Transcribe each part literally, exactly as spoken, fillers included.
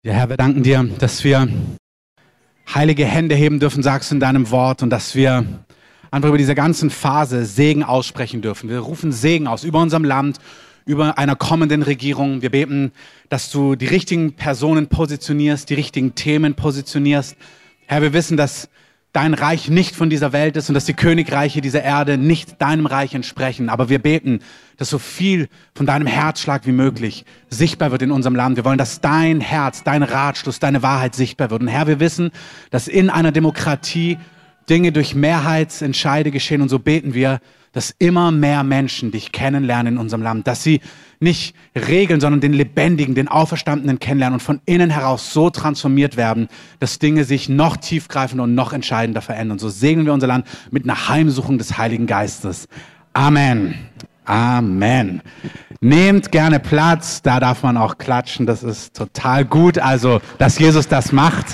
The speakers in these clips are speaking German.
Ja, Herr, wir danken dir, dass wir heilige Hände heben dürfen, sagst du in deinem Wort, und dass wir einfach über diese ganzen Phase Segen aussprechen dürfen. Wir rufen Segen aus über unserem Land, über einer kommenden Regierung. Wir beten, dass du die richtigen Personen positionierst, die richtigen Themen positionierst. Herr, wir wissen, dass dein Reich nicht von dieser Welt ist und dass die Königreiche dieser Erde nicht deinem Reich entsprechen. Aber wir beten, dass so viel von deinem Herzschlag wie möglich sichtbar wird in unserem Land. Wir wollen, dass dein Herz, dein Ratschluss, deine Wahrheit sichtbar wird. Und Herr, wir wissen, dass in einer Demokratie Dinge durch Mehrheitsentscheide geschehen. Und so beten wir, dass immer mehr Menschen dich kennenlernen in unserem Land, dass sie nicht Regeln, sondern den Lebendigen, den Auferstandenen kennenlernen und von innen heraus so transformiert werden, dass Dinge sich noch tiefgreifender und noch entscheidender verändern. So segnen wir unser Land mit einer Heimsuchung des Heiligen Geistes. Amen. Amen. Nehmt gerne Platz, da darf man auch klatschen, das ist total gut, also dass Jesus das macht.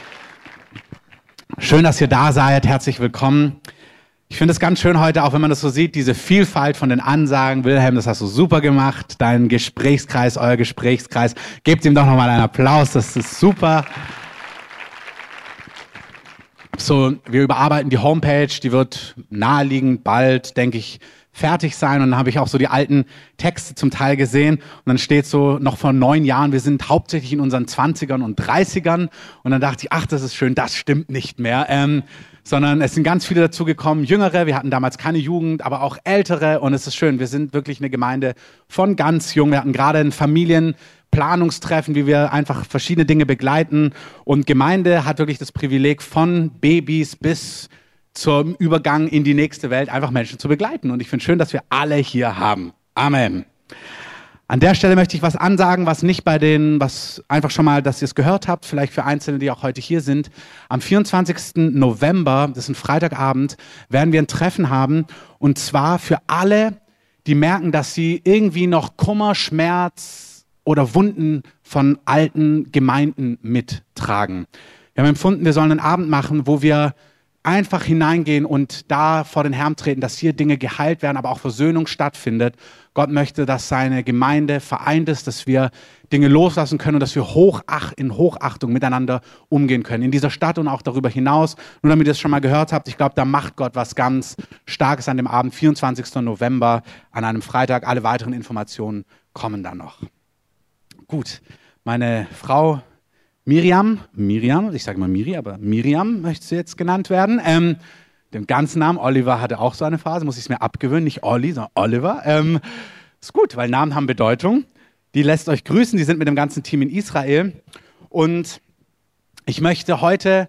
Schön, dass ihr da seid, herzlich willkommen. Ich finde es ganz schön heute, auch wenn man das so sieht, diese Vielfalt von den Ansagen. Wilhelm, das hast du super gemacht. Dein Gesprächskreis, euer Gesprächskreis. Gebt ihm doch nochmal einen Applaus, das ist super. So, wir überarbeiten die Homepage, die wird naheliegend bald, denke ich, fertig sein. Und dann habe ich auch so die alten Texte zum Teil gesehen. Und dann steht so, noch vor neun Jahren, wir sind hauptsächlich in unseren zwanzigern und dreißigern. Und dann dachte ich, ach, das ist schön, das stimmt nicht mehr. Ähm, sondern es sind ganz viele dazugekommen, Jüngere, wir hatten damals keine Jugend, aber auch Ältere, und es ist schön, wir sind wirklich eine Gemeinde von ganz jung, wir hatten gerade ein Familienplanungstreffen, wie wir einfach verschiedene Dinge begleiten, und Gemeinde hat wirklich das Privileg, von Babys bis zum Übergang in die nächste Welt einfach Menschen zu begleiten, und ich finde schön, dass wir alle hier haben. Amen. An der Stelle möchte ich was ansagen, was nicht bei den, was einfach schon mal, dass ihr es gehört habt, vielleicht für Einzelne, die auch heute hier sind. Am vierundzwanzigsten November, das ist ein Freitagabend, werden wir ein Treffen haben, und zwar für alle, die merken, dass sie irgendwie noch Kummer, Schmerz oder Wunden von alten Gemeinden mittragen. Wir haben empfunden, wir sollen einen Abend machen, wo wir einfach hineingehen und da vor den Herrn treten, dass hier Dinge geheilt werden, aber auch Versöhnung stattfindet. Gott möchte, dass seine Gemeinde vereint ist, dass wir Dinge loslassen können und dass wir hochach, in Hochachtung miteinander umgehen können. In dieser Stadt und auch darüber hinaus. Nur damit ihr es schon mal gehört habt, ich glaube, da macht Gott was ganz Starkes an dem Abend, vierundzwanzigsten November, an einem Freitag. Alle weiteren Informationen kommen dann noch. Gut, meine Frau Miriam, Miriam, ich sage mal Miri, aber Miriam möchte sie jetzt genannt werden. Ähm, den ganzen Namen, Oliver hatte auch so eine Phase, muss ich es mir abgewöhnen, nicht Olli, sondern Oliver. Ähm, ist gut, weil Namen haben Bedeutung. Die lässt euch grüßen, die sind mit dem ganzen Team in Israel. Und ich möchte heute,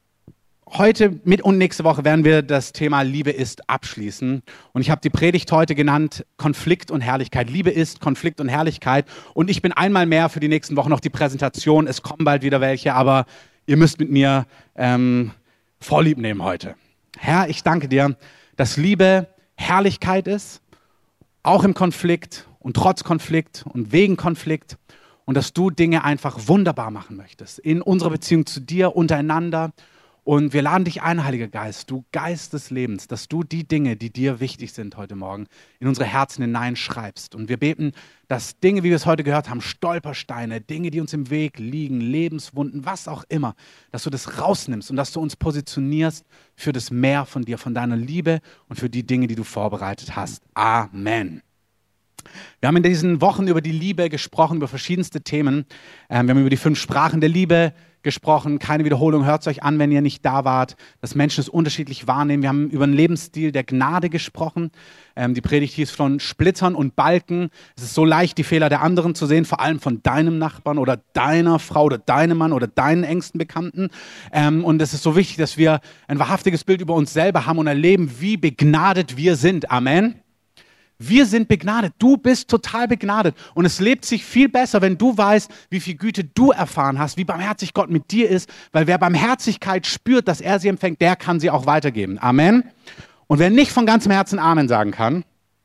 heute mit und nächste Woche werden wir das Thema Liebe ist abschließen. Und ich habe die Predigt heute genannt, Konflikt und Herrlichkeit. Liebe ist Konflikt und Herrlichkeit. Und ich bin einmal mehr für die nächsten Wochen noch die Präsentation. Es kommen bald wieder welche, aber ihr müsst mit mir ähm, Vorlieb nehmen heute. Herr, ich danke dir, dass Liebe Herrlichkeit ist, auch im Konflikt und trotz Konflikt und wegen Konflikt, und dass du Dinge einfach wunderbar machen möchtest in unserer Beziehung zu dir, untereinander. Und wir laden dich ein, Heiliger Geist, du Geist des Lebens, dass du die Dinge, die dir wichtig sind heute Morgen, in unsere Herzen hineinschreibst. Und wir beten, dass Dinge, wie wir es heute gehört haben, Stolpersteine, Dinge, die uns im Weg liegen, Lebenswunden, was auch immer, dass du das rausnimmst und dass du uns positionierst für das Mehr von dir, von deiner Liebe und für die Dinge, die du vorbereitet hast. Amen. Wir haben in diesen Wochen über die Liebe gesprochen, über verschiedenste Themen. Ähm, wir haben über die fünf Sprachen der Liebe gesprochen. Keine Wiederholung, hört es euch an, wenn ihr nicht da wart, dass Menschen es unterschiedlich wahrnehmen. Wir haben über einen Lebensstil der Gnade gesprochen. Ähm, die Predigt hieß von Splittern und Balken. Es ist so leicht, die Fehler der anderen zu sehen, vor allem von deinem Nachbarn oder deiner Frau oder deinem Mann oder deinen engsten Bekannten. Ähm, und es ist so wichtig, dass wir ein wahrhaftiges Bild über uns selber haben und erleben, wie begnadet wir sind. Amen. Wir sind begnadet. Du bist total begnadet. Und es lebt sich viel besser, wenn du weißt, wie viel Güte du erfahren hast, wie barmherzig Gott mit dir ist. Weil wer Barmherzigkeit spürt, dass er sie empfängt, der kann sie auch weitergeben. Amen. Und wer nicht von ganzem Herzen Amen sagen kann,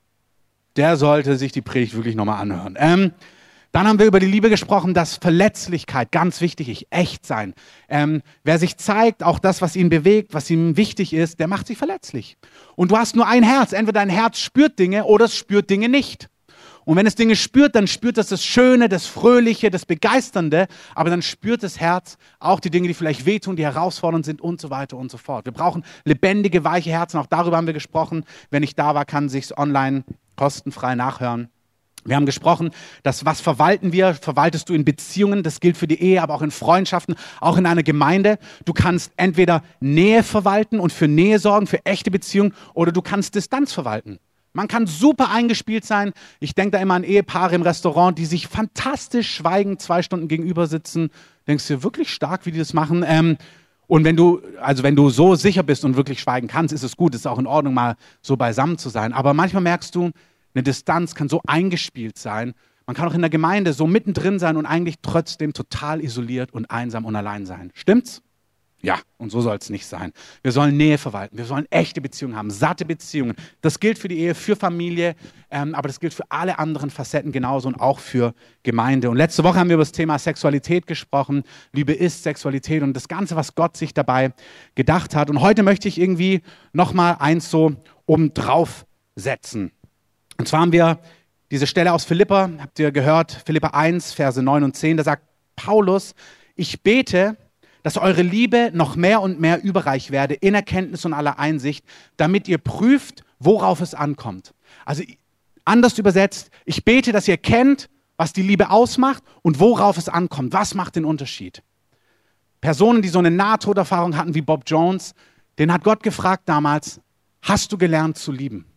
der sollte sich die Predigt wirklich nochmal anhören. Ähm, Dann haben wir über die Liebe gesprochen, dass Verletzlichkeit ganz wichtig ist, echt sein. Ähm, wer sich zeigt, auch das, was ihn bewegt, was ihm wichtig ist, der macht sich verletzlich. Und du hast nur ein Herz. Entweder dein Herz spürt Dinge oder es spürt Dinge nicht. Und wenn es Dinge spürt, dann spürt es das Schöne, das Fröhliche, das Begeisternde, aber dann spürt das Herz auch die Dinge, die vielleicht wehtun, die herausfordernd sind und so weiter und so fort. Wir brauchen lebendige, weiche Herzen, auch darüber haben wir gesprochen. Wer nicht da war, kann sich's online kostenfrei nachhören. Wir haben gesprochen, dass was verwalten wir? Verwaltest du in Beziehungen, das gilt für die Ehe, aber auch in Freundschaften, auch in einer Gemeinde. Du kannst entweder Nähe verwalten und für Nähe sorgen, für echte Beziehungen, oder du kannst Distanz verwalten. Man kann super eingespielt sein. Ich denke da immer an Ehepaare im Restaurant, die sich fantastisch schweigend zwei Stunden gegenüber sitzen. Denkst du, wirklich stark, wie die das machen? Ähm, und wenn du, also wenn du so sicher bist und wirklich schweigen kannst, ist es gut, ist auch in Ordnung, mal so beisammen zu sein. Aber manchmal merkst du, eine Distanz kann so eingespielt sein. Man kann auch in der Gemeinde so mittendrin sein und eigentlich trotzdem total isoliert und einsam und allein sein. Stimmt's? Ja, und so soll es nicht sein. Wir sollen Nähe verwalten, wir sollen echte Beziehungen haben, satte Beziehungen. Das gilt für die Ehe, für Familie, ähm, aber das gilt für alle anderen Facetten genauso und auch für Gemeinde. Und letzte Woche haben wir über das Thema Sexualität gesprochen. Liebe ist Sexualität und das Ganze, was Gott sich dabei gedacht hat. Und heute möchte ich irgendwie nochmal eins so obendrauf setzen. Und zwar haben wir diese Stelle aus Philipper, habt ihr gehört, Philipper eins, Verse neun und zehn, da sagt Paulus, ich bete, dass eure Liebe noch mehr und mehr überreich werde in Erkenntnis und aller Einsicht, damit ihr prüft, worauf es ankommt. Also anders übersetzt, ich bete, dass ihr kennt, was die Liebe ausmacht und worauf es ankommt. Was macht den Unterschied? Personen, die so eine Nahtoderfahrung hatten wie Bob Jones, den hat Gott gefragt damals, hast du gelernt zu lieben?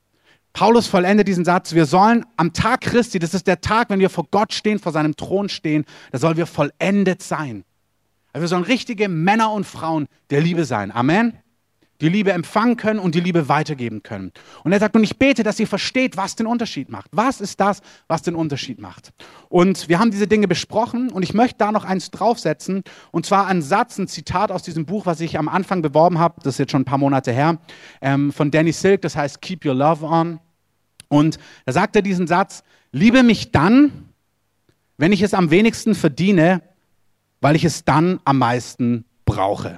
Paulus vollendet diesen Satz, wir sollen am Tag Christi, das ist der Tag, wenn wir vor Gott stehen, vor seinem Thron stehen, da sollen wir vollendet sein. Also wir sollen richtige Männer und Frauen der Liebe sein. Amen. Die Liebe empfangen können und die Liebe weitergeben können. Und er sagt, und ich bete, dass ihr versteht, was den Unterschied macht. Was ist das, was den Unterschied macht? Und wir haben diese Dinge besprochen und ich möchte da noch eins draufsetzen. Und zwar ein Satz, ein Zitat aus diesem Buch, was ich am Anfang beworben habe. Das ist jetzt schon ein paar Monate her. Ähm, von Danny Silk, das heißt Keep Your Love On. Und da sagt er diesen Satz, liebe mich dann, wenn ich es am wenigsten verdiene, weil ich es dann am meisten brauche.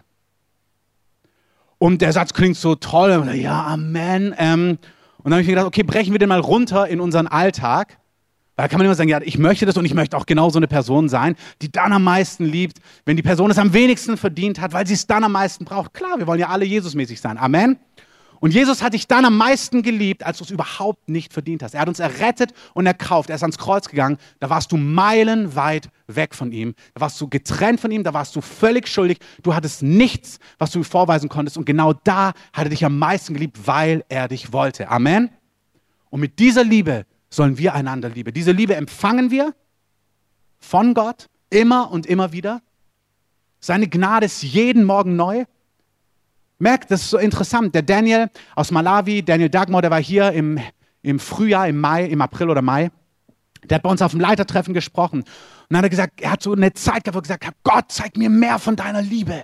Und der Satz klingt so toll. Ja, Amen. Ähm, und dann habe ich mir gedacht, okay, brechen wir den mal runter in unseren Alltag. Da kann man immer sagen, ja, ich möchte das und ich möchte auch genau so eine Person sein, die dann am meisten liebt, wenn die Person es am wenigsten verdient hat, weil sie es dann am meisten braucht. Klar, wir wollen ja alle Jesusmäßig sein. Amen. Und Jesus hat dich dann am meisten geliebt, als du es überhaupt nicht verdient hast. Er hat uns errettet und erkauft. Er ist ans Kreuz gegangen. Da warst du meilenweit weg von ihm. Da warst du getrennt von ihm. Da warst du völlig schuldig. Du hattest nichts, was du ihm vorweisen konntest. Und genau da hat er dich am meisten geliebt, weil er dich wollte. Amen. Und mit dieser Liebe sollen wir einander lieben. Diese Liebe empfangen wir von Gott immer und immer wieder. Seine Gnade ist jeden Morgen neu. Merkt, das ist so interessant. Der Daniel aus Malawi, Daniel Dagmar, der war hier im, im Frühjahr, im Mai, im April oder Mai. Der hat bei uns auf dem Leitertreffen gesprochen. Und dann hat er gesagt, er hat so eine Zeit gehabt, wo er gesagt hat, Gott, zeig mir mehr von deiner Liebe.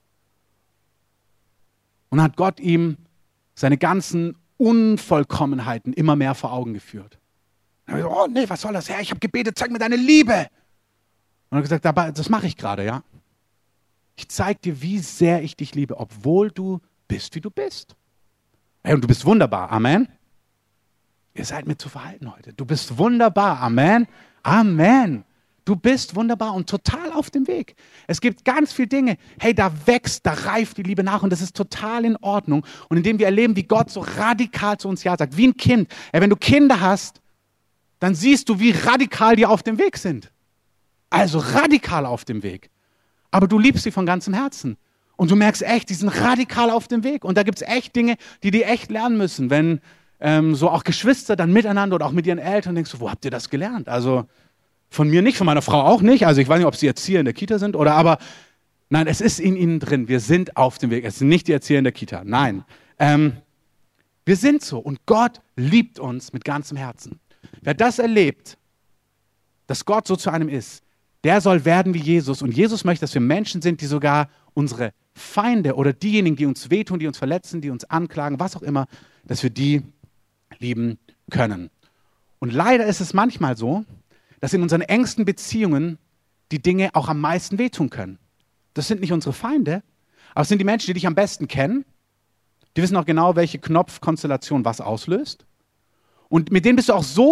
Und dann hat Gott ihm seine ganzen Unvollkommenheiten immer mehr vor Augen geführt. Und dann hat er gesagt, oh nee, was soll das? Herr, ich habe gebetet, zeig mir deine Liebe. Und er hat gesagt, aber das mache ich gerade, ja. Ich zeige dir, wie sehr ich dich liebe, obwohl du bist, wie du bist. Hey, und du bist wunderbar. Amen. Ihr seid mir zu verhalten heute. Du bist wunderbar. Amen. Amen. Du bist wunderbar und total auf dem Weg. Es gibt ganz viele Dinge. Hey, da wächst, da reift die Liebe nach und das ist total in Ordnung. Und indem wir erleben, wie Gott so radikal zu uns Ja sagt, wie ein Kind. Hey, wenn du Kinder hast, dann siehst du, wie radikal die auf dem Weg sind. Also radikal auf dem Weg. Aber du liebst sie von ganzem Herzen. Und du merkst echt, die sind radikal auf dem Weg. Und da gibt es echt Dinge, die die echt lernen müssen. Wenn ähm, so auch Geschwister dann miteinander oder auch mit ihren Eltern denkst du, wo habt ihr das gelernt? Also von mir nicht, von meiner Frau auch nicht. Also ich weiß nicht, ob sie Erzieher in der Kita sind oder aber, nein, es ist in ihnen drin. Wir sind auf dem Weg. Es sind nicht die Erzieher in der Kita. Nein. Ähm, wir sind so. Und Gott liebt uns mit ganzem Herzen. Wer das erlebt, dass Gott so zu einem ist, der soll werden wie Jesus. Und Jesus möchte, dass wir Menschen sind, die sogar unsere Feinde oder diejenigen, die uns wehtun, die uns verletzen, die uns anklagen, was auch immer, dass wir die lieben können. Und leider ist es manchmal so, dass in unseren engsten Beziehungen die Dinge auch am meisten wehtun können. Das sind nicht unsere Feinde, aber es sind die Menschen, die dich am besten kennen. Die wissen auch genau, welche Knopfkonstellation was auslöst. Und mit denen bist du auch so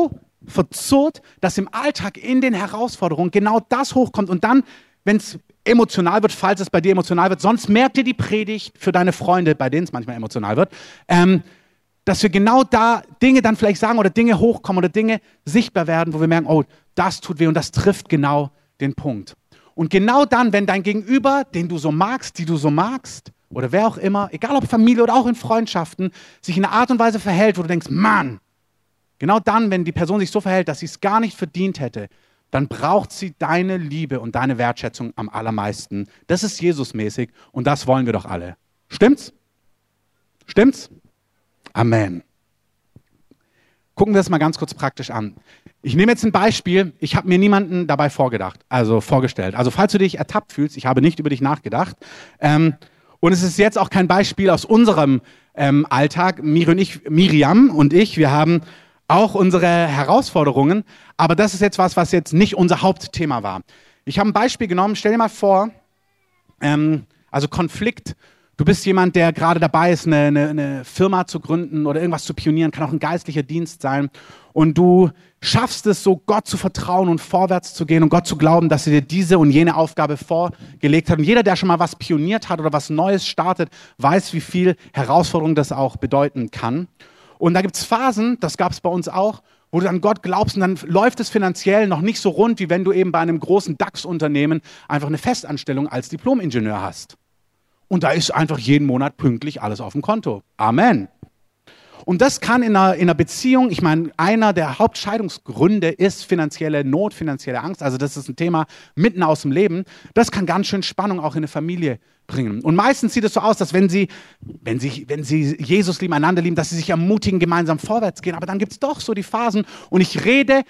verzurrt, dass im Alltag in den Herausforderungen genau das hochkommt und dann, wenn es emotional wird, falls es bei dir emotional wird, sonst merkt dir die Predigt für deine Freunde, bei denen es manchmal emotional wird, ähm, dass wir genau da Dinge dann vielleicht sagen oder Dinge hochkommen oder Dinge sichtbar werden, wo wir merken, oh, das tut weh und das trifft genau den Punkt. Und genau dann, wenn dein Gegenüber, den du so magst, die du so magst, oder wer auch immer, egal ob Familie oder auch in Freundschaften, sich in einer Art und Weise verhält, wo du denkst, Mann, genau dann, wenn die Person sich so verhält, dass sie es gar nicht verdient hätte, dann braucht sie deine Liebe und deine Wertschätzung am allermeisten. Das ist Jesusmäßig und das wollen wir doch alle. Stimmt's? Stimmt's? Amen. Gucken wir das mal ganz kurz praktisch an. Ich nehme jetzt ein Beispiel. Ich habe mir niemanden dabei vorgedacht, also vorgestellt. Also falls du dich ertappt fühlst, ich habe nicht über dich nachgedacht. Ähm, und es ist jetzt auch kein Beispiel aus unserem ähm, Alltag. Miri und ich, Miriam und ich, wir haben auch unsere Herausforderungen. Aber das ist jetzt was, was jetzt nicht unser Hauptthema war. Ich habe ein Beispiel genommen. Stell dir mal vor, ähm, also Konflikt. Du bist jemand, der gerade dabei ist, eine, eine, eine Firma zu gründen oder irgendwas zu pionieren, kann auch ein geistlicher Dienst sein. Und du schaffst es so, Gott zu vertrauen und vorwärts zu gehen und Gott zu glauben, dass er dir diese und jene Aufgabe vorgelegt hat. Und jeder, der schon mal was pioniert hat oder was Neues startet, weiß, wie viel Herausforderung das auch bedeuten kann. Und da gibt es Phasen, das gab es bei uns auch, wo du an Gott glaubst und dann läuft es finanziell noch nicht so rund, wie wenn du eben bei einem großen DAX-Unternehmen einfach eine Festanstellung als Diplom-Ingenieur hast. Und da ist einfach jeden Monat pünktlich alles auf dem Konto. Amen. Und das kann in einer, in einer Beziehung, ich meine, einer der Hauptscheidungsgründe ist finanzielle Not, finanzielle Angst. Also das ist ein Thema mitten aus dem Leben. Das kann ganz schön Spannung auch in eine Familie bringen. Und meistens sieht es so aus, dass wenn sie, wenn sie, wenn sie Jesus lieben, einander lieben, dass sie sich ermutigen, gemeinsam vorwärts gehen. Aber dann gibt es doch so die Phasen. Und ich rede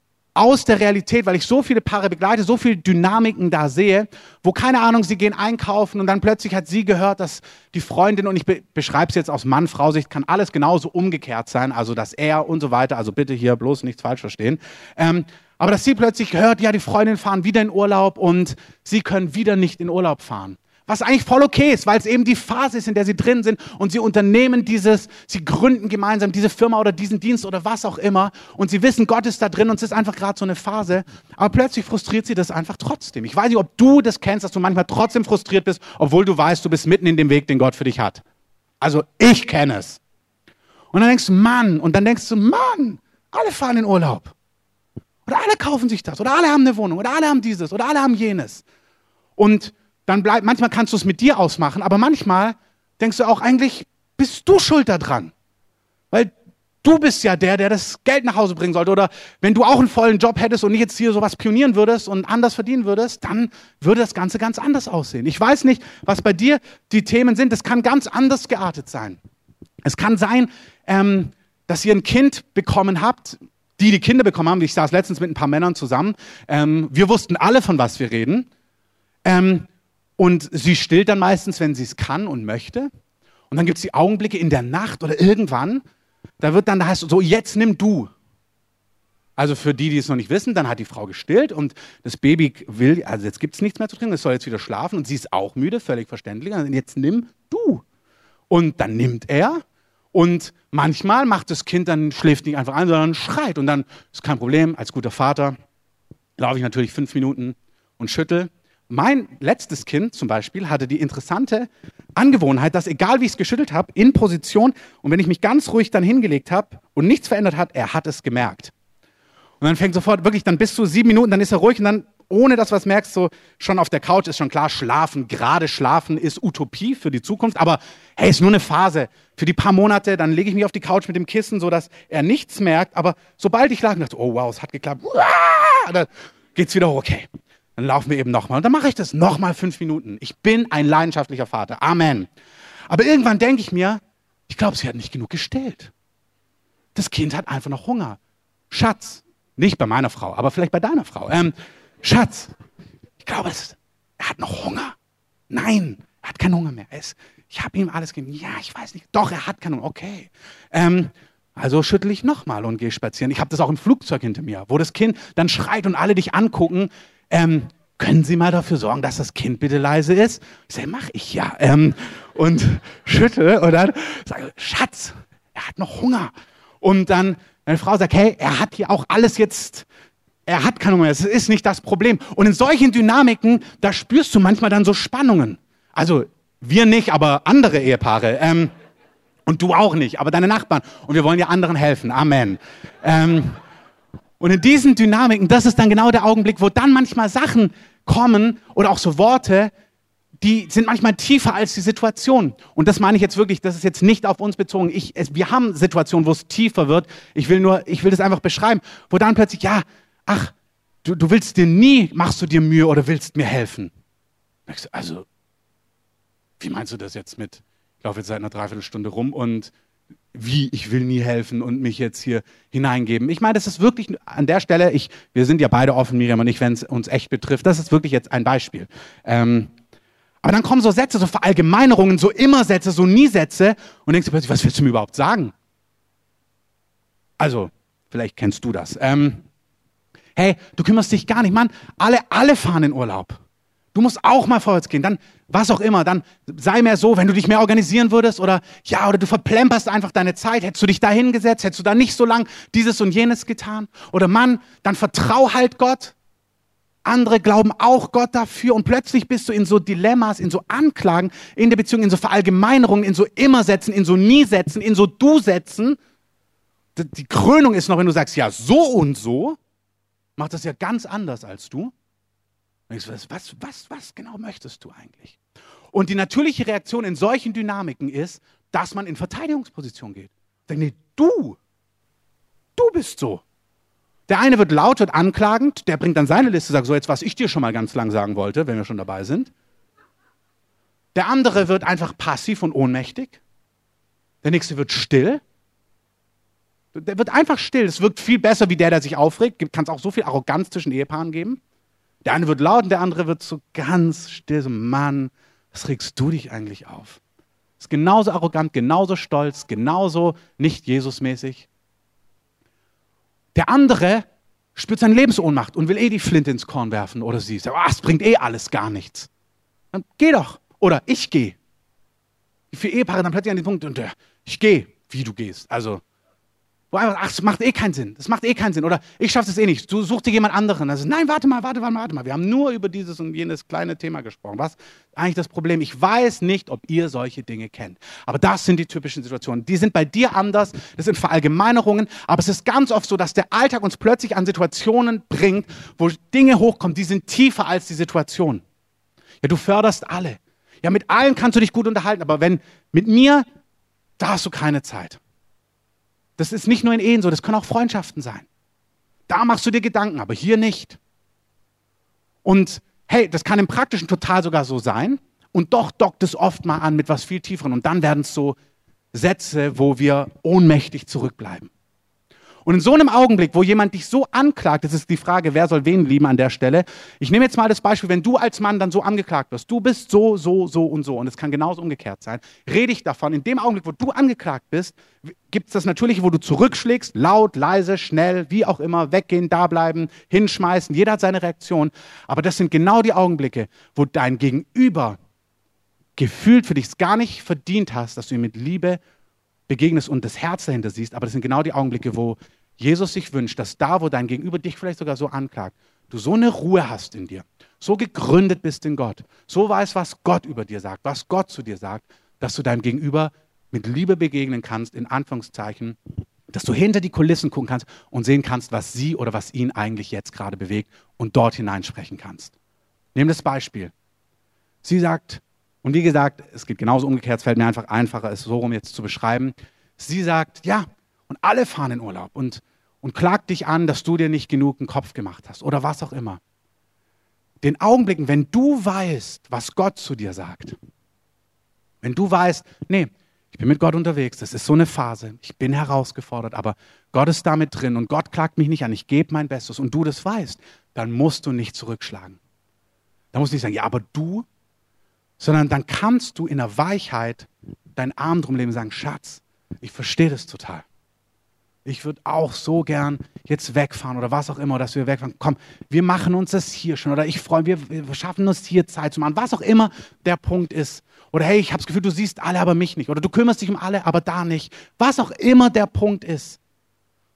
aus der Realität, weil ich so viele Paare begleite, so viele Dynamiken da sehe, wo, keine Ahnung, sie gehen einkaufen und dann plötzlich hat sie gehört, dass die Freundin, und ich be- beschreibe es jetzt aus Mann-Frau-Sicht, kann alles genauso umgekehrt sein, also dass er und so weiter, also bitte hier bloß nichts falsch verstehen, ähm, aber dass sie plötzlich hört, ja, die Freundinnen fahren wieder in Urlaub und sie können wieder nicht in Urlaub fahren. Was eigentlich voll okay ist, weil es eben die Phase ist, in der sie drin sind und sie unternehmen dieses, sie gründen gemeinsam diese Firma oder diesen Dienst oder was auch immer und sie wissen, Gott ist da drin und es ist einfach gerade so eine Phase, aber plötzlich frustriert sie das einfach trotzdem. Ich weiß nicht, ob du das kennst, dass du manchmal trotzdem frustriert bist, obwohl du weißt, du bist mitten in dem Weg, den Gott für dich hat. Also ich kenne es. Und dann denkst du, Mann, und dann denkst du, Mann, alle fahren in Urlaub. Oder alle kaufen sich das, oder alle haben eine Wohnung, oder alle haben dieses, oder alle haben jenes. Und dann bleibt, manchmal kannst du es mit dir ausmachen, aber manchmal denkst du auch, eigentlich bist du schuld daran. Weil du bist ja der, der das Geld nach Hause bringen sollte. Oder wenn du auch einen vollen Job hättest und nicht jetzt hier sowas pionieren würdest und anders verdienen würdest, dann würde das Ganze ganz anders aussehen. Ich weiß nicht, was bei dir die Themen sind. Das kann ganz anders geartet sein. Es kann sein, ähm, dass ihr ein Kind bekommen habt, die die Kinder bekommen haben. Ich saß letztens mit ein paar Männern zusammen. Ähm, wir wussten alle, von was wir reden. Ähm, Und sie stillt dann meistens, wenn sie es kann und möchte. Und dann gibt es die Augenblicke in der Nacht oder irgendwann, da wird dann, da heißt es so, jetzt nimm du. Also für die, die es noch nicht wissen, dann hat die Frau gestillt und das Baby will, also jetzt gibt es nichts mehr zu trinken, es soll jetzt wieder schlafen und sie ist auch müde, völlig verständlich. Und jetzt nimm du. Und dann nimmt er und manchmal macht das Kind, dann schläft nicht einfach ein, sondern schreit. Und dann ist kein Problem, als guter Vater laufe ich natürlich fünf Minuten und schüttel. Mein letztes Kind zum Beispiel hatte die interessante Angewohnheit, dass egal wie ich es geschüttelt habe, in Position und wenn ich mich ganz ruhig dann hingelegt habe und nichts verändert hat, er hat es gemerkt. Und dann fängt sofort wirklich, dann bis zu sieben Minuten, dann ist er ruhig und dann, ohne dass du was merkst, so schon auf der Couch ist schon klar, schlafen, gerade schlafen ist Utopie für die Zukunft, aber hey, ist nur eine Phase. Für die paar Monate, dann lege ich mich auf die Couch mit dem Kissen, sodass er nichts merkt, aber sobald ich lag, dachte, oh wow, es hat geklappt, dann geht's wieder hoch, okay. Dann laufen wir eben nochmal. Und dann mache ich das nochmal fünf Minuten. Ich bin ein leidenschaftlicher Vater. Amen. Aber irgendwann denke ich mir, ich glaube, sie hat nicht genug gestillt. Das Kind hat einfach noch Hunger. Schatz, nicht bei meiner Frau, aber vielleicht bei deiner Frau. Ähm, Schatz, ich glaube, es, er hat noch Hunger. Nein, er hat keinen Hunger mehr. Er ist, ich habe ihm alles gegeben. Ja, ich weiß nicht. Doch, er hat keinen Hunger. Okay. Ähm, Also schüttel ich nochmal und gehe spazieren. Ich habe das auch im Flugzeug hinter mir, wo das Kind dann schreit und alle dich angucken. Ähm, können Sie mal dafür sorgen, dass das Kind bitte leise ist? Ich sage, mach ich ja. Ähm, und schüttel und dann sage, Schatz, er hat noch Hunger. Und dann Deine Frau sagt, hey, er hat hier auch alles jetzt, er hat keine Hunger, es ist nicht das Problem. Und in solchen Dynamiken, da spürst du manchmal dann so Spannungen. Also wir nicht, aber andere Ehepaare. Ähm, und du auch nicht, aber deine Nachbarn. Und wir wollen ja anderen helfen. Amen. Ähm, und in diesen Dynamiken, das ist dann genau der Augenblick, wo dann manchmal Sachen kommen oder auch so Worte, die sind manchmal tiefer als die Situation. Und das meine ich jetzt wirklich, das ist jetzt nicht auf uns bezogen. Ich, es, wir haben Situationen, wo es tiefer wird. Ich will nur, ich will das einfach beschreiben, wo dann plötzlich, ja, ach, du, du willst dir nie, machst du dir Mühe oder willst mir helfen? Also, wie meinst du das jetzt mit, ich laufe jetzt seit einer Dreiviertelstunde rum und wie, ich will nie helfen und mich jetzt hier hineingeben. Ich meine, das ist wirklich an der Stelle, ich, wir sind ja beide offen, Miriam und ich, wenn es uns echt betrifft, das ist wirklich jetzt ein Beispiel. Ähm, aber dann kommen so Sätze, so Verallgemeinerungen, so Immer-Sätze, so Nie-Sätze und denkst du plötzlich, was willst du mir überhaupt sagen? Also, vielleicht kennst du das. Ähm, hey, du kümmerst dich gar nicht, Mann, alle, alle fahren in Urlaub. Du musst auch mal vorwärts gehen, dann was auch immer, dann sei mehr so, wenn du dich mehr organisieren würdest oder ja, oder du verplemperst einfach deine Zeit, hättest du dich da hingesetzt, hättest du da nicht so lang dieses und jenes getan oder Mann, dann vertrau halt Gott. Andere glauben auch Gott dafür und plötzlich bist du in so Dilemmas, in so Anklagen, in der Beziehung, in so Verallgemeinerungen, in so Immersätzen, in so Niesätzen, in so Du-Sätzen. Die Krönung ist noch, wenn du sagst, ja, so und so, macht das ja ganz anders als du. Was, was, was, was genau möchtest du eigentlich? Und die natürliche Reaktion in solchen Dynamiken ist, dass man in Verteidigungsposition geht. Denk, nee, du, du bist so. Der eine wird laut, wird anklagend, der bringt dann seine Liste, sagt so, jetzt was ich dir schon mal ganz lang sagen wollte, wenn wir schon dabei sind. Der andere wird einfach passiv und ohnmächtig. Der nächste wird still. Der wird einfach still. Es wirkt viel besser wie der, der sich aufregt. Kann es auch so viel Arroganz zwischen Ehepaaren geben. Der eine wird laut und der andere wird so ganz still, so Mann, was regst du dich eigentlich auf? Ist genauso arrogant, genauso stolz, genauso nicht Jesusmäßig. Der andere spürt seine Lebensohnmacht und will eh die Flinte ins Korn werfen oder sie sagt, ah, es bringt eh alles gar nichts. Dann geh doch. Oder ich gehe. Für Ehepaare dann plötzlich an den Punkt, und äh, ich gehe, wie du gehst. Also, wo einfach, ach, das macht eh keinen Sinn. Das macht eh keinen Sinn. Oder ich schaffe es eh nicht. Du such dir jemand anderen. Also, nein, warte mal, warte mal, warte mal. Wir haben nur über dieses und jenes kleine Thema gesprochen. Was ist eigentlich das Problem? Ich weiß nicht, ob ihr solche Dinge kennt. Aber das sind die typischen Situationen. Die sind bei dir anders. Das sind Verallgemeinerungen. Aber es ist ganz oft so, dass der Alltag uns plötzlich an Situationen bringt, wo Dinge hochkommen, die sind tiefer als die Situation. Ja, du förderst alle. Ja, mit allen kannst du dich gut unterhalten. Aber wenn mit mir, da hast du keine Zeit. Das ist nicht nur in Ehen so, das können auch Freundschaften sein. Da machst du dir Gedanken, aber hier nicht. Und hey, das kann im Praktischen total sogar so sein. Und doch dockt es oft mal an mit was viel Tieferen. Und dann werden es so Sätze, wo wir ohnmächtig zurückbleiben. Und in so einem Augenblick, wo jemand dich so anklagt, das ist die Frage, wer soll wen lieben an der Stelle. Ich nehme jetzt mal das Beispiel, wenn du als Mann dann so angeklagt wirst, du bist so, so, so und so, und es kann genauso umgekehrt sein, rede ich davon, in dem Augenblick, wo du angeklagt bist, gibt es das Natürliche, wo du zurückschlägst, laut, leise, schnell, wie auch immer, weggehen, da bleiben, hinschmeißen, jeder hat seine Reaktion, aber das sind genau die Augenblicke, wo dein Gegenüber gefühlt für dich es gar nicht verdient hast, dass du ihm mit Liebe begegnest und das Herz dahinter siehst, aber das sind genau die Augenblicke, wo Jesus sich wünscht, dass da, wo dein Gegenüber dich vielleicht sogar so anklagt, du so eine Ruhe hast in dir, so gegründet bist in Gott, so weißt, was Gott über dir sagt, was Gott zu dir sagt, dass du deinem Gegenüber mit Liebe begegnen kannst, in Anführungszeichen, dass du hinter die Kulissen gucken kannst und sehen kannst, was sie oder was ihn eigentlich jetzt gerade bewegt und dort hineinsprechen kannst. Nimm das Beispiel. Sie sagt, und wie gesagt, es geht genauso umgekehrt, es fällt mir einfach einfacher, es so rum jetzt zu beschreiben. Sie sagt, ja, und alle fahren in Urlaub und, und klagt dich an, dass du dir nicht genug einen Kopf gemacht hast oder was auch immer. Den Augenblicken, wenn du weißt, was Gott zu dir sagt, wenn du weißt, nee, ich bin mit Gott unterwegs, das ist so eine Phase, ich bin herausgefordert, aber Gott ist damit drin und Gott klagt mich nicht an, ich gebe mein Bestes und du das weißt, dann musst du nicht zurückschlagen. Dann musst du nicht sagen, ja, aber du, sondern dann kannst du in der Weichheit deinen Arm drum legen und sagen, Schatz, ich verstehe das total. Ich würde auch so gern jetzt wegfahren oder was auch immer, dass wir wegfahren. Komm, wir machen uns das hier schon oder ich freue mich, wir, wir schaffen uns hier Zeit zu machen, was auch immer der Punkt ist. Oder hey, ich habe das Gefühl, du siehst alle, aber mich nicht. Oder du kümmerst dich um alle, aber da nicht. Was auch immer der Punkt ist.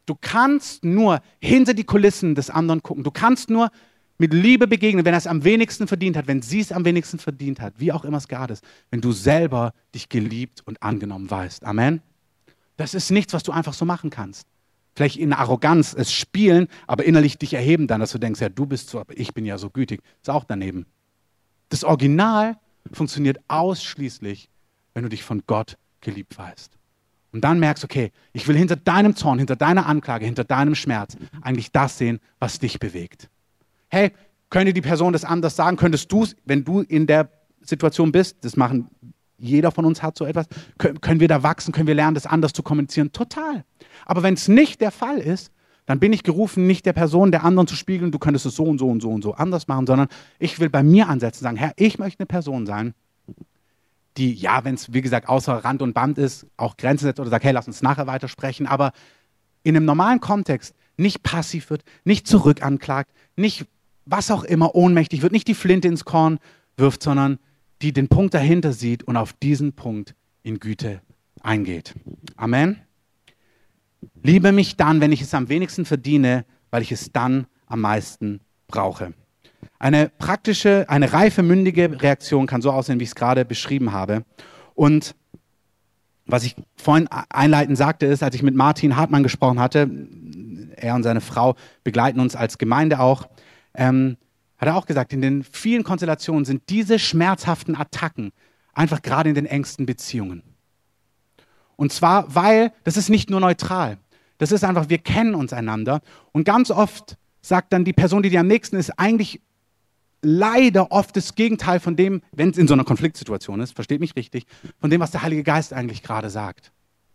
Du kannst nur hinter die Kulissen des anderen gucken. Du kannst nur mit Liebe begegnen, wenn er es am wenigsten verdient hat, wenn sie es am wenigsten verdient hat, wie auch immer es gerade ist, wenn du selber dich geliebt und angenommen weißt. Amen. Das ist nichts, was du einfach so machen kannst. Vielleicht in Arroganz es spielen, aber innerlich dich erheben dann, dass du denkst, ja, du bist so, aber ich bin ja so gütig. Ist auch daneben. Das Original funktioniert ausschließlich, wenn du dich von Gott geliebt weißt. Und dann merkst, okay, ich will hinter deinem Zorn, hinter deiner Anklage, hinter deinem Schmerz eigentlich das sehen, was dich bewegt. Hey, könnte die Person das anders sagen? Könntest du es, wenn du in der Situation bist, das machen, jeder von uns hat so etwas, können, können wir da wachsen, können wir lernen, das anders zu kommunizieren? Total. Aber wenn es nicht der Fall ist, dann bin ich gerufen, nicht der Person der anderen zu spiegeln, du könntest es so und so und so und so anders machen, sondern ich will bei mir ansetzen, sagen, Herr, ich möchte eine Person sein, die, ja, wenn es, wie gesagt, außer Rand und Band ist, auch Grenzen setzt oder sagt, hey, lass uns nachher weitersprechen, aber in einem normalen Kontext nicht passiv wird, nicht zurückanklagt, nicht was auch immer ohnmächtig wird, nicht die Flinte ins Korn wirft, sondern die den Punkt dahinter sieht und auf diesen Punkt in Güte eingeht. Amen. Liebe mich dann, wenn ich es am wenigsten verdiene, weil ich es dann am meisten brauche. Eine praktische, eine reife, mündige Reaktion kann so aussehen, wie ich es gerade beschrieben habe. Und was ich vorhin einleitend sagte, ist, als ich mit Martin Hartmann gesprochen hatte, er und seine Frau begleiten uns als Gemeinde auch, ähm, hat er auch gesagt, in den vielen Konstellationen sind diese schmerzhaften Attacken einfach gerade in den engsten Beziehungen. Und zwar, weil, das ist nicht nur neutral, das ist einfach, wir kennen uns einander und ganz oft sagt dann die Person, die dir am nächsten ist, eigentlich leider oft das Gegenteil von dem, wenn es in so einer Konfliktsituation ist, versteht mich richtig, von dem, was der Heilige Geist eigentlich gerade sagt.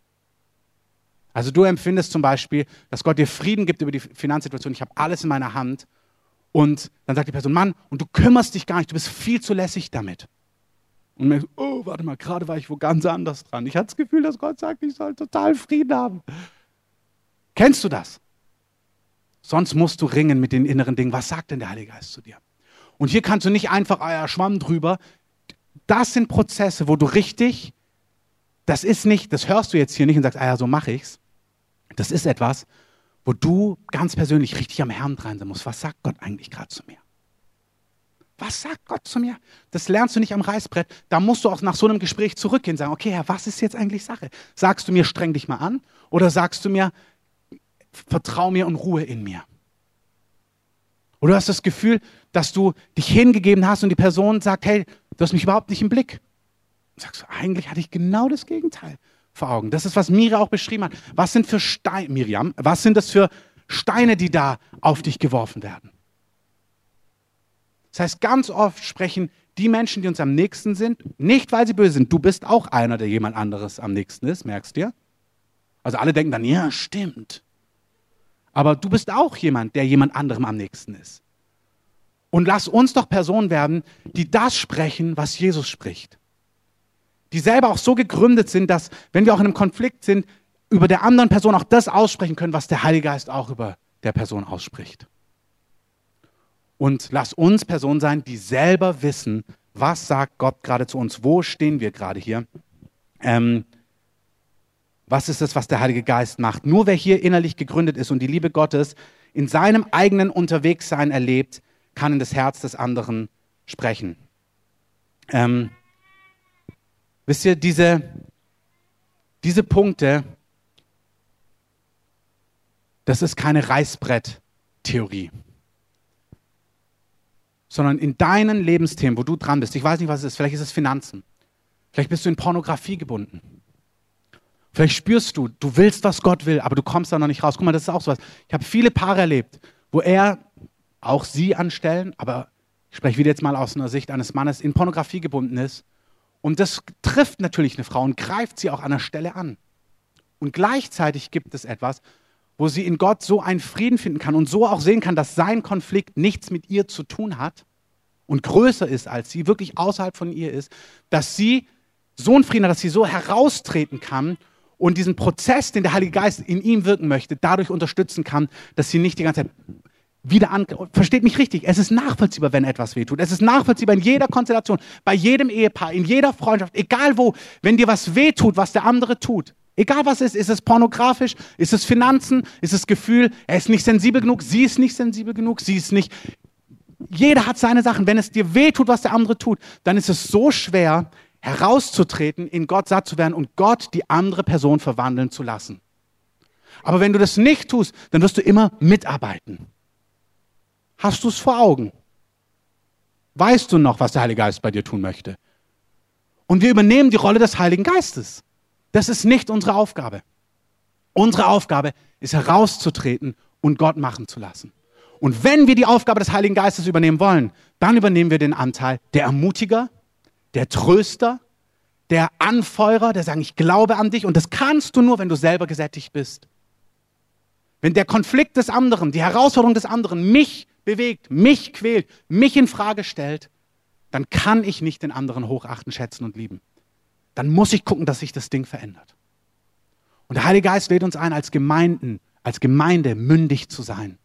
Also du empfindest zum Beispiel, dass Gott dir Frieden gibt über die Finanzsituation, ich habe alles in meiner Hand und dann sagt die Person, Mann, und du kümmerst dich gar nicht, du bist viel zu lässig damit. Und merkst, oh, warte mal, gerade war ich wo ganz anders dran. Ich hatte das Gefühl, dass Gott sagt, ich soll total Frieden haben. Kennst du das? Sonst musst du ringen mit den inneren Dingen. Was sagt denn der Heilige Geist zu dir? Und hier kannst du nicht einfach, ah ja, Schwamm drüber. Das sind Prozesse, wo du richtig, das ist nicht, das hörst du jetzt hier nicht und sagst, ah ja, so mache ich's. Das ist etwas, wo du ganz persönlich richtig am Herrn dran sein musst. Was sagt Gott eigentlich gerade zu mir? Was sagt Gott zu mir? Das lernst du nicht am Reißbrett. Da musst du auch nach so einem Gespräch zurückgehen und sagen, okay, Herr, was ist jetzt eigentlich Sache? Sagst du mir, streng dich mal an? Oder sagst du mir, vertrau mir und Ruhe in mir? Oder du hast das Gefühl, dass du dich hingegeben hast und die Person sagt, hey, du hast mich überhaupt nicht im Blick. Und sagst du, eigentlich hatte ich genau das Gegenteil vor Augen. Das ist, was Miriam auch beschrieben hat. Was sind für Steine, Miriam, was sind das für Steine, die da auf dich geworfen werden? Das heißt, ganz oft sprechen die Menschen, die uns am nächsten sind, nicht, weil sie böse sind. Du bist auch einer, der jemand anderes am nächsten ist, merkst du? Also alle denken dann, ja, stimmt. Aber du bist auch jemand, der jemand anderem am nächsten ist. Und lass uns doch Personen werden, die das sprechen, was Jesus spricht. Die selber auch so gegründet sind, dass, wenn wir auch in einem Konflikt sind, über der anderen Person auch das aussprechen können, was der Heilige Geist auch über der Person ausspricht. Und lass uns Personen sein, die selber wissen, was sagt Gott gerade zu uns, wo stehen wir gerade hier, ähm, was ist das, was der Heilige Geist macht. Nur wer hier innerlich gegründet ist und die Liebe Gottes in seinem eigenen Unterwegssein erlebt, kann in das Herz des anderen sprechen. Ähm, wisst ihr, diese, diese Punkte, das ist keine Reißbrett-Theorie, sondern in deinen Lebensthemen, wo du dran bist, ich weiß nicht, was es ist, vielleicht ist es Finanzen, vielleicht bist du in Pornografie gebunden, vielleicht spürst du, du willst, was Gott will, aber du kommst da noch nicht raus. Guck mal, das ist auch sowas. Ich habe viele Paare erlebt, wo er, auch sie anstellen, aber ich spreche wieder jetzt mal aus einer Sicht eines Mannes, in Pornografie gebunden ist. Und das trifft natürlich eine Frau und greift sie auch an der Stelle an. Und gleichzeitig gibt es etwas, wo sie in Gott so einen Frieden finden kann und so auch sehen kann, dass sein Konflikt nichts mit ihr zu tun hat und größer ist als sie, wirklich außerhalb von ihr ist, dass sie so einen Frieden hat, dass sie so heraustreten kann und diesen Prozess, den der Heilige Geist in ihm wirken möchte, dadurch unterstützen kann, dass sie nicht die ganze Zeit wieder an... Versteht mich richtig, es ist nachvollziehbar, wenn etwas wehtut. Es ist nachvollziehbar in jeder Konstellation, bei jedem Ehepaar, in jeder Freundschaft, egal wo, wenn dir was wehtut, was der andere tut, Egal was es ist, ist es pornografisch, ist es Finanzen, ist es Gefühl, er ist nicht sensibel genug, sie ist nicht sensibel genug, sie ist nicht. Jeder hat seine Sachen. Wenn es dir wehtut, was der andere tut, dann ist es so schwer, herauszutreten, in Gott satt zu werden und Gott die andere Person verwandeln zu lassen. Aber wenn du das nicht tust, dann wirst du immer mitarbeiten. Hast du es vor Augen? Weißt du noch, was der Heilige Geist bei dir tun möchte? Und wir übernehmen die Rolle des Heiligen Geistes. Das ist nicht unsere Aufgabe. Unsere Aufgabe ist herauszutreten und Gott machen zu lassen. Und wenn wir die Aufgabe des Heiligen Geistes übernehmen wollen, dann übernehmen wir den Anteil der Ermutiger, der Tröster, der Anfeuerer, der sagt, ich glaube an dich. Und das kannst du nur, wenn du selber gesättigt bist. Wenn der Konflikt des anderen, die Herausforderung des anderen mich bewegt, mich quält, mich in Frage stellt, dann kann ich nicht den anderen hochachten, schätzen und lieben. Dann muss ich gucken, dass sich das Ding verändert. Und der Heilige Geist lädt uns ein, als Gemeinden, als Gemeinde mündig zu sein.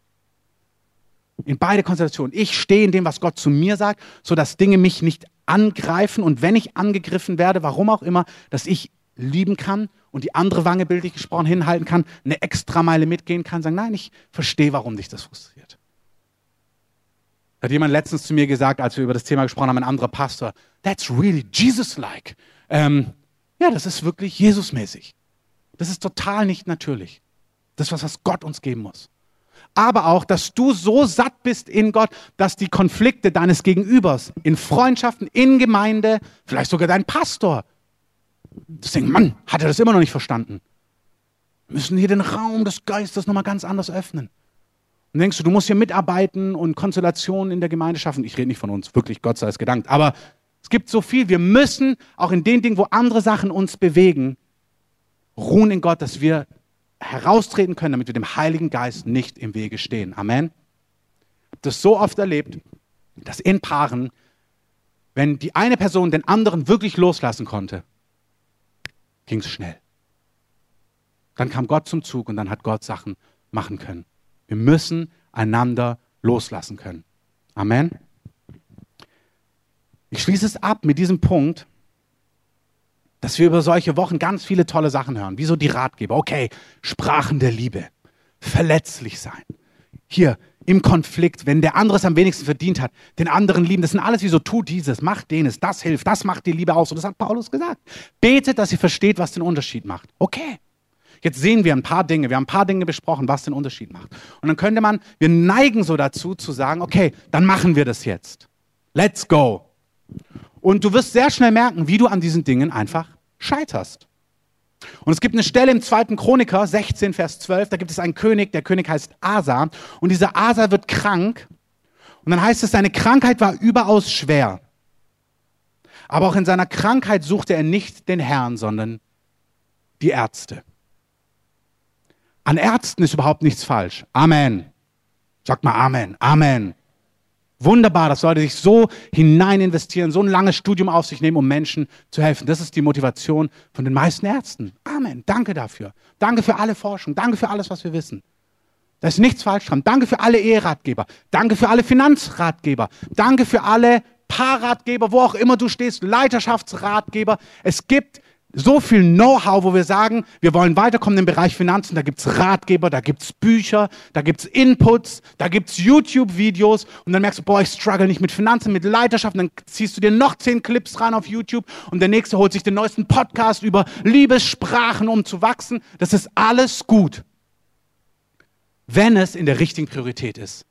In beide Konstellationen. Ich stehe in dem, was Gott zu mir sagt, sodass Dinge mich nicht angreifen und wenn ich angegriffen werde, warum auch immer, dass ich lieben kann und die andere Wange, bildlich gesprochen, hinhalten kann, eine Extrameile mitgehen kann, sagen, nein, ich verstehe, warum dich das frustriert. Da hat jemand letztens zu mir gesagt, als wir über das Thema gesprochen haben, ein anderer Pastor, that's really Jesus-like. Ähm, ja, das ist wirklich Jesusmäßig. Das ist total nicht natürlich. Das ist was, was Gott uns geben muss. Aber auch, dass du so satt bist in Gott, dass die Konflikte deines Gegenübers in Freundschaften, in Gemeinde, vielleicht sogar dein Pastor, das denkt, Mann, hat er das immer noch nicht verstanden. Wir müssen hier den Raum des Geistes nochmal ganz anders öffnen. Und denkst du, du musst hier mitarbeiten und Konstellationen in der Gemeinde schaffen. Ich rede nicht von uns, wirklich, Gott sei es gedankt. Aber es gibt so viel. Wir müssen auch in den Dingen, wo andere Sachen uns bewegen, ruhen in Gott, dass wir heraustreten können, damit wir dem Heiligen Geist nicht im Wege stehen. Amen. Ich habe das so oft erlebt, dass in Paaren, wenn die eine Person den anderen wirklich loslassen konnte, ging es schnell. Dann kam Gott zum Zug und dann hat Gott Sachen machen können. Wir müssen einander loslassen können. Amen. Ich schließe es ab mit diesem Punkt, dass wir über solche Wochen ganz viele tolle Sachen hören, wie so die Ratgeber. Okay, Sprachen der Liebe, verletzlich sein. Hier im Konflikt, wenn der andere es am wenigsten verdient hat, den anderen lieben. Das sind alles wie so, tu dieses, mach jenes, das hilft, das macht die Liebe aus. Und das hat Paulus gesagt. Betet, dass ihr versteht, was den Unterschied macht. Okay. Jetzt sehen wir ein paar Dinge, wir haben ein paar Dinge besprochen, was den Unterschied macht. Und dann könnte man, wir neigen so dazu zu sagen, okay, dann machen wir das jetzt. Let's go. Und du wirst sehr schnell merken, wie du an diesen Dingen einfach scheiterst. Und es gibt eine Stelle im zweiten Chroniker, sechzehn, Vers zwölf, da gibt es einen König, der König heißt Asa. Und dieser Asa wird krank. Und dann heißt es, seine Krankheit war überaus schwer. Aber auch in seiner Krankheit suchte er nicht den Herrn, sondern die Ärzte. An Ärzten ist überhaupt nichts falsch. Amen. Sagt mal Amen. Amen. Wunderbar, dass Leute sich so hinein investieren, so ein langes Studium auf sich nehmen, um Menschen zu helfen. Das ist die Motivation von den meisten Ärzten. Amen. Danke dafür. Danke für alle Forschung. Danke für alles, was wir wissen. Da ist nichts falsch dran. Danke für alle Eheratgeber. Danke für alle Finanzratgeber. Danke für alle Paarratgeber, wo auch immer du stehst, Leiterschaftsratgeber. Es gibt so viel Know-how, wo wir sagen, wir wollen weiterkommen im Bereich Finanzen. Da gibt's Ratgeber, da gibt's Bücher, da gibt's Inputs, da gibt's YouTube-Videos. Und dann merkst du, boah, ich struggle nicht mit Finanzen, mit Leiterschaft. Und dann ziehst du dir noch zehn Clips rein auf YouTube und der nächste holt sich den neuesten Podcast über Liebessprachen, um zu wachsen. Das ist alles gut, wenn es in der richtigen Priorität ist.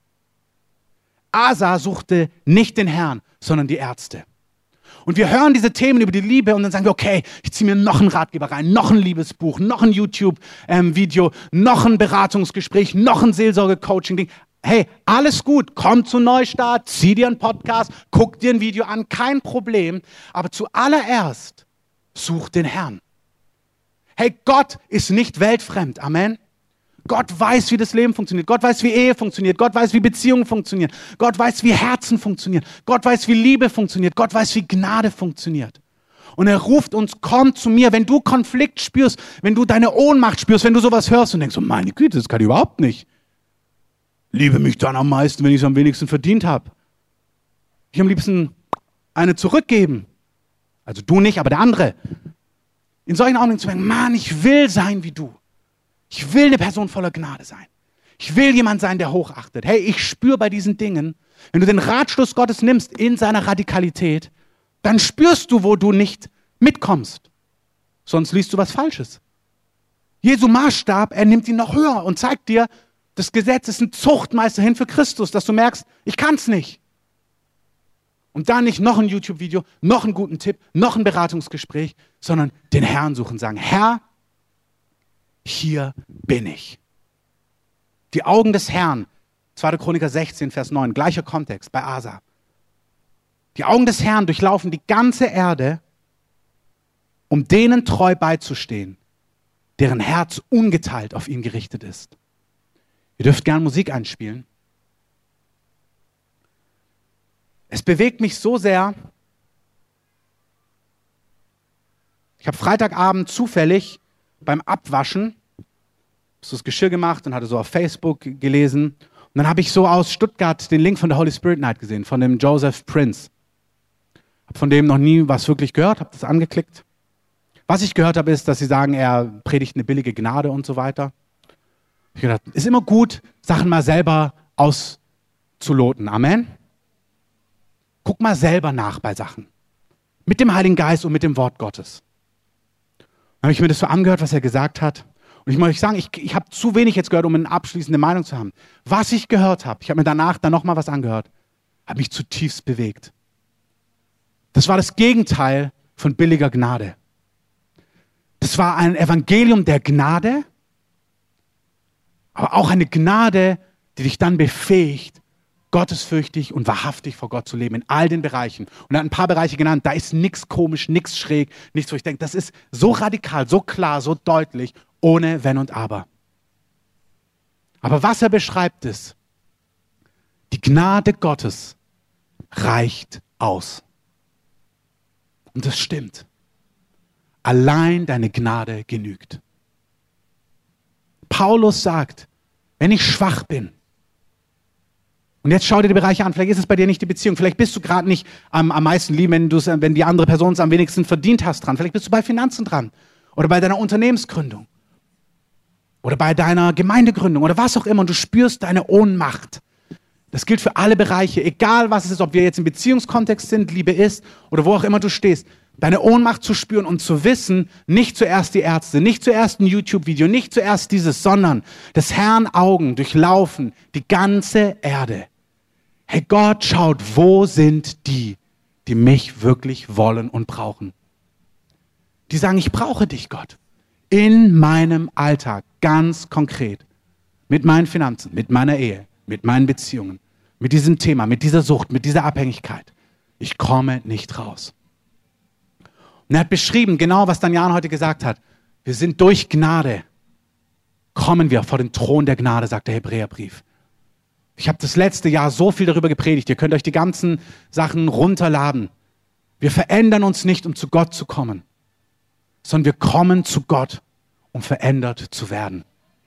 Asa suchte nicht den Herrn, sondern die Ärzte. Und wir hören diese Themen über die Liebe und dann sagen wir, okay, ich ziehe mir noch einen Ratgeber rein, noch ein Liebesbuch, noch ein YouTube-Video, ähm, noch ein Beratungsgespräch, noch ein Seelsorge-Coaching-Ding. Hey, alles gut, komm zu Neustart, zieh dir einen Podcast, guck dir ein Video an, kein Problem. Aber zuallererst such den Herrn. Hey, Gott ist nicht weltfremd, Amen. Gott weiß, wie das Leben funktioniert. Gott weiß, wie Ehe funktioniert. Gott weiß, wie Beziehungen funktionieren. Gott weiß, wie Herzen funktionieren. Gott weiß, wie Liebe funktioniert. Gott weiß, wie Gnade funktioniert. Und er ruft uns, komm zu mir. Wenn du Konflikt spürst, wenn du deine Ohnmacht spürst, wenn du sowas hörst und denkst, oh meine Güte, das kann ich überhaupt nicht. Liebe mich dann am meisten, wenn ich es am wenigsten verdient habe. Ich am liebsten eine zurückgeben. Also du nicht, aber der andere. In solchen Augenblicken zu merken, Mann, ich will sein wie du. Ich will eine Person voller Gnade sein. Ich will jemand sein, der hochachtet. Hey, ich spüre bei diesen Dingen, wenn du den Ratschluss Gottes nimmst in seiner Radikalität, dann spürst du, wo du nicht mitkommst. Sonst liest du was Falsches. Jesu Maßstab, er nimmt ihn noch höher und zeigt dir, das Gesetz ist ein Zuchtmeister hin für Christus, dass du merkst, ich kann's nicht. Und dann nicht noch ein YouTube-Video, noch einen guten Tipp, noch ein Beratungsgespräch, sondern den Herrn suchen, sagen, Herr, hier bin ich. Die Augen des Herrn, zweiter Chroniker sechzehn, Vers neun, gleicher Kontext bei Asa. Die Augen des Herrn durchlaufen die ganze Erde, um denen treu beizustehen, deren Herz ungeteilt auf ihn gerichtet ist. Ihr dürft gern Musik einspielen. Es bewegt mich so sehr. Ich habe Freitagabend zufällig beim Abwaschen so das Geschirr gemacht und hatte so auf Facebook gelesen. Und dann habe ich so aus Stuttgart den Link von der Holy Spirit Night gesehen, von dem Joseph Prince. Habe von dem noch nie was wirklich gehört, habe das angeklickt. Was ich gehört habe, ist, dass sie sagen, er predigt eine billige Gnade und so weiter. Ich habe gedacht, ist immer gut, Sachen mal selber auszuloten. Amen. Guck mal selber nach bei Sachen. Mit dem Heiligen Geist und mit dem Wort Gottes. Dann habe ich mir das so angehört, was er gesagt hat. Und ich muss euch sagen, ich, ich habe zu wenig jetzt gehört, um eine abschließende Meinung zu haben. Was ich gehört habe, ich habe mir danach dann nochmal was angehört, hat mich zutiefst bewegt. Das war das Gegenteil von billiger Gnade. Das war ein Evangelium der Gnade, aber auch eine Gnade, die dich dann befähigt, gottesfürchtig und wahrhaftig vor Gott zu leben, in all den Bereichen. Und er hat ein paar Bereiche genannt, da ist nichts komisch, nichts schräg, nichts, wo ich denke, das ist so radikal, so klar, so deutlich, ohne Wenn und Aber. Aber was er beschreibt ist, die Gnade Gottes reicht aus. Und das stimmt. Allein deine Gnade genügt. Paulus sagt, wenn ich schwach bin, und jetzt schau dir die Bereiche an, vielleicht ist es bei dir nicht die Beziehung, vielleicht bist du gerade nicht am, am meisten lieb, wenn, wenn die andere Person es am wenigsten verdient hast dran, vielleicht bist du bei Finanzen dran oder bei deiner Unternehmensgründung oder bei deiner Gemeindegründung oder was auch immer und du spürst deine Ohnmacht. Das gilt für alle Bereiche, egal was es ist, ob wir jetzt im Beziehungskontext sind, Liebe ist oder wo auch immer du stehst. Deine Ohnmacht zu spüren und zu wissen, nicht zuerst die Ärzte, nicht zuerst ein YouTube-Video, nicht zuerst dieses, sondern des Herrn Augen durchlaufen die ganze Erde. Hey, Gott schaut, wo sind die, die mich wirklich wollen und brauchen? Die sagen, ich brauche dich, Gott. In meinem Alltag, ganz konkret. Mit meinen Finanzen, mit meiner Ehe, mit meinen Beziehungen, mit diesem Thema, mit dieser Sucht, mit dieser Abhängigkeit. Ich komme nicht raus. Und er hat beschrieben, genau was Dan Jan heute gesagt hat. Wir sind durch Gnade, kommen wir vor den Thron der Gnade, sagt der Hebräerbrief. Ich habe das letzte Jahr so viel darüber gepredigt. Ihr könnt euch die ganzen Sachen runterladen. Wir verändern uns nicht, um zu Gott zu kommen, sondern wir kommen zu Gott, um verändert zu werden.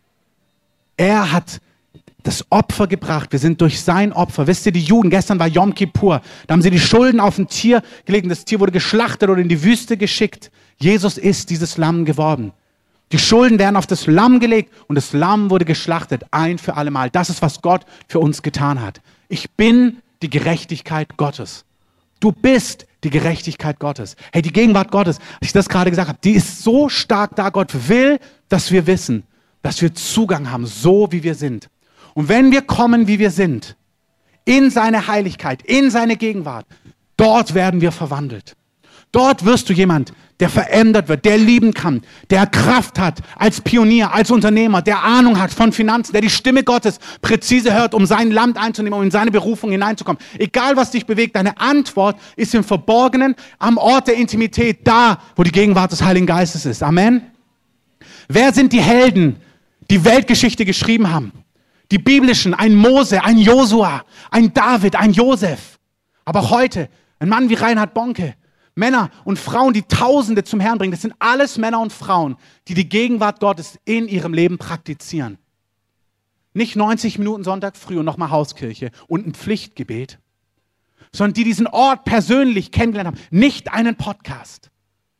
Er hat das Opfer gebracht. Wir sind durch sein Opfer. Wisst ihr, die Juden, gestern war Yom Kippur, da haben sie die Schulden auf ein Tier gelegt und das Tier wurde geschlachtet oder in die Wüste geschickt. Jesus ist dieses Lamm geworden. Die Schulden werden auf das Lamm gelegt und das Lamm wurde geschlachtet, ein für alle Mal. Das ist, was Gott für uns getan hat. Ich bin die Gerechtigkeit Gottes. Du bist die Gerechtigkeit Gottes. Hey, die Gegenwart Gottes, als ich das gerade gesagt habe, die ist so stark da. Gott will, dass wir wissen, dass wir Zugang haben, so wie wir sind. Und wenn wir kommen, wie wir sind, in seine Heiligkeit, in seine Gegenwart, dort werden wir verwandelt. Dort wirst du jemand, der verändert wird, der lieben kann, der Kraft hat als Pionier, als Unternehmer, der Ahnung hat von Finanzen, der die Stimme Gottes präzise hört, um sein Land einzunehmen, um in seine Berufung hineinzukommen. Egal, was dich bewegt, deine Antwort ist im Verborgenen, am Ort der Intimität, da, wo die Gegenwart des Heiligen Geistes ist. Amen. Wer sind die Helden, die Weltgeschichte geschrieben haben? Die biblischen, ein Mose, ein Josua, ein David, ein Josef. Aber heute, ein Mann wie Reinhard Bonke, Männer und Frauen, die Tausende zum Herrn bringen, das sind alles Männer und Frauen, die die Gegenwart Gottes in ihrem Leben praktizieren. Nicht neunzig Minuten Sonntag früh und nochmal Hauskirche und ein Pflichtgebet, sondern die diesen Ort persönlich kennengelernt haben. Nicht einen Podcast,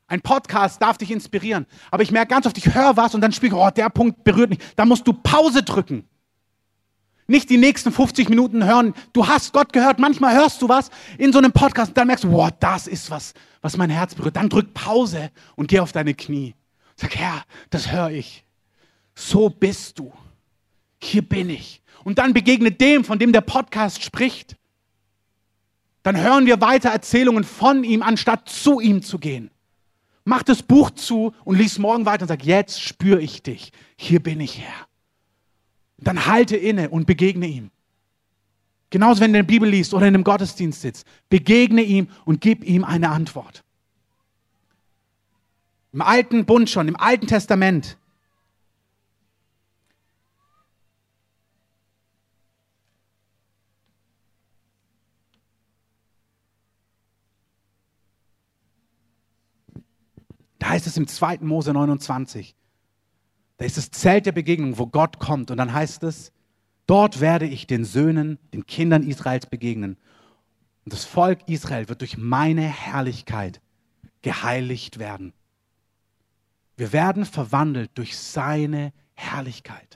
Ein Podcast darf dich inspirieren. Aber ich merke ganz oft, ich höre was und dann spüre ich, oh, der Punkt berührt mich. Da musst du Pause drücken. Nicht die nächsten fünfzig Minuten hören. Du hast Gott gehört. Manchmal hörst du was in so einem Podcast und dann merkst du, wow, das ist was, was mein Herz berührt. Dann drück Pause und geh auf deine Knie. Sag, Herr, das höre ich. So bist du. Hier bin ich. Und dann begegne dem, von dem der Podcast spricht. Dann hören wir weiter Erzählungen von ihm, anstatt zu ihm zu gehen. Mach das Buch zu und lies morgen weiter und sag, jetzt spüre ich dich. Hier bin ich, Herr. Dann halte inne und begegne ihm. Genauso, wenn du in der Bibel liest oder in einem Gottesdienst sitzt. Begegne ihm und gib ihm eine Antwort. Im Alten Bund schon, im Alten Testament. Da heißt es im zweiten Mose neunundzwanzig. Da ist das Zelt der Begegnung, wo Gott kommt. Und dann heißt es, dort werde ich den Söhnen, den Kindern Israels begegnen. Und das Volk Israel wird durch meine Herrlichkeit geheiligt werden. Wir werden verwandelt durch seine Herrlichkeit.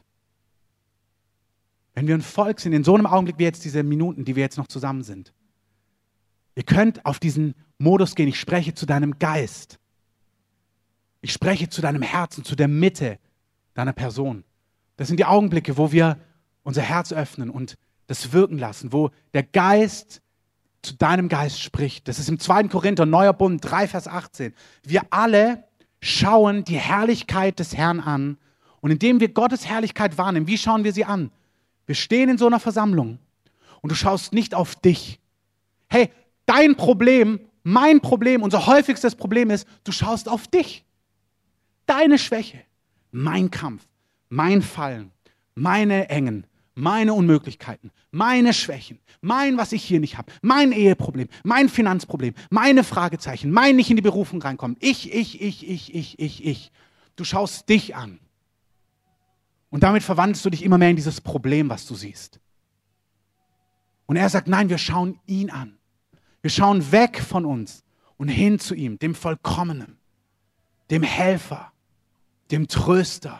Wenn wir ein Volk sind, in so einem Augenblick wie jetzt diese Minuten, die wir jetzt noch zusammen sind, ihr könnt auf diesen Modus gehen, ich spreche zu deinem Geist. Ich spreche zu deinem Herzen, zu der Mitte deiner Person. Das sind die Augenblicke, wo wir unser Herz öffnen und das wirken lassen, wo der Geist zu deinem Geist spricht. Das ist im zweiten Korinther, Neuer Bund, drei Vers achtzehn. Wir alle schauen die Herrlichkeit des Herrn an und indem wir Gottes Herrlichkeit wahrnehmen, wie schauen wir sie an? Wir stehen in so einer Versammlung und du schaust nicht auf dich. Hey, dein Problem, mein Problem, unser häufigstes Problem ist, du schaust auf dich. Deine Schwäche, mein Kampf, mein Fallen, meine Engen, meine Unmöglichkeiten, meine Schwächen, mein, was ich hier nicht habe, mein Eheproblem, mein Finanzproblem, meine Fragezeichen, mein nicht in die Berufung reinkommen. Ich, ich, ich, ich, ich, ich, ich. Du schaust dich an. Und damit verwandelst du dich immer mehr in dieses Problem, was du siehst. Und er sagt, nein, wir schauen ihn an. Wir schauen weg von uns und hin zu ihm, dem Vollkommenen, dem Helfer, dem Tröster.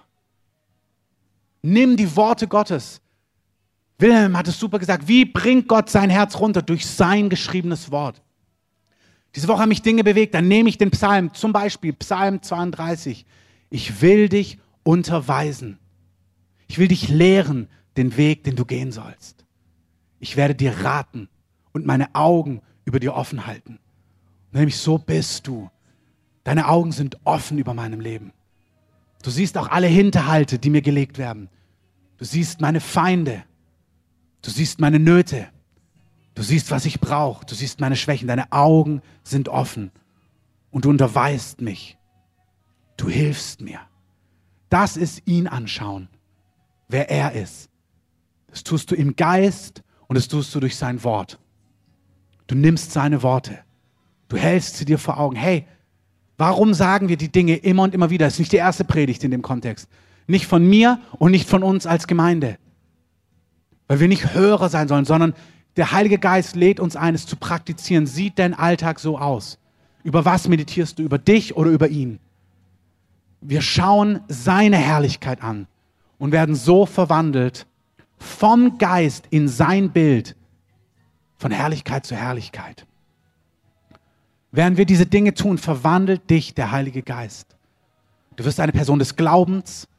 Nimm die Worte Gottes. Wilhelm hat es super gesagt. Wie bringt Gott sein Herz runter? Durch sein geschriebenes Wort. Diese Woche haben mich Dinge bewegt. Dann nehme ich den Psalm, zum Beispiel Psalm zweiunddreißig. Ich will dich unterweisen. Ich will dich lehren, den Weg, den du gehen sollst. Ich werde dir raten und meine Augen über dir offen halten. Nämlich so bist du. Deine Augen sind offen über meinem Leben. Du siehst auch alle Hinterhalte, die mir gelegt werden. Du siehst meine Feinde. Du siehst meine Nöte. Du siehst, was ich brauche. Du siehst meine Schwächen. Deine Augen sind offen. Und du unterweist mich. Du hilfst mir. Das ist ihn anschauen, wer er ist. Das tust du im Geist und das tust du durch sein Wort. Du nimmst seine Worte. Du hältst sie dir vor Augen. Hey, warum sagen wir die Dinge immer und immer wieder? Das ist nicht die erste Predigt in dem Kontext. Nicht von mir und nicht von uns als Gemeinde. Weil wir nicht Hörer sein sollen, sondern der Heilige Geist lädt uns ein, es zu praktizieren. Sieht dein Alltag so aus? Über was meditierst du? Über dich oder über ihn? Wir schauen seine Herrlichkeit an und werden so verwandelt vom Geist in sein Bild, von Herrlichkeit zu Herrlichkeit. Während wir diese Dinge tun, verwandelt dich der Heilige Geist. Du wirst eine Person des Glaubens.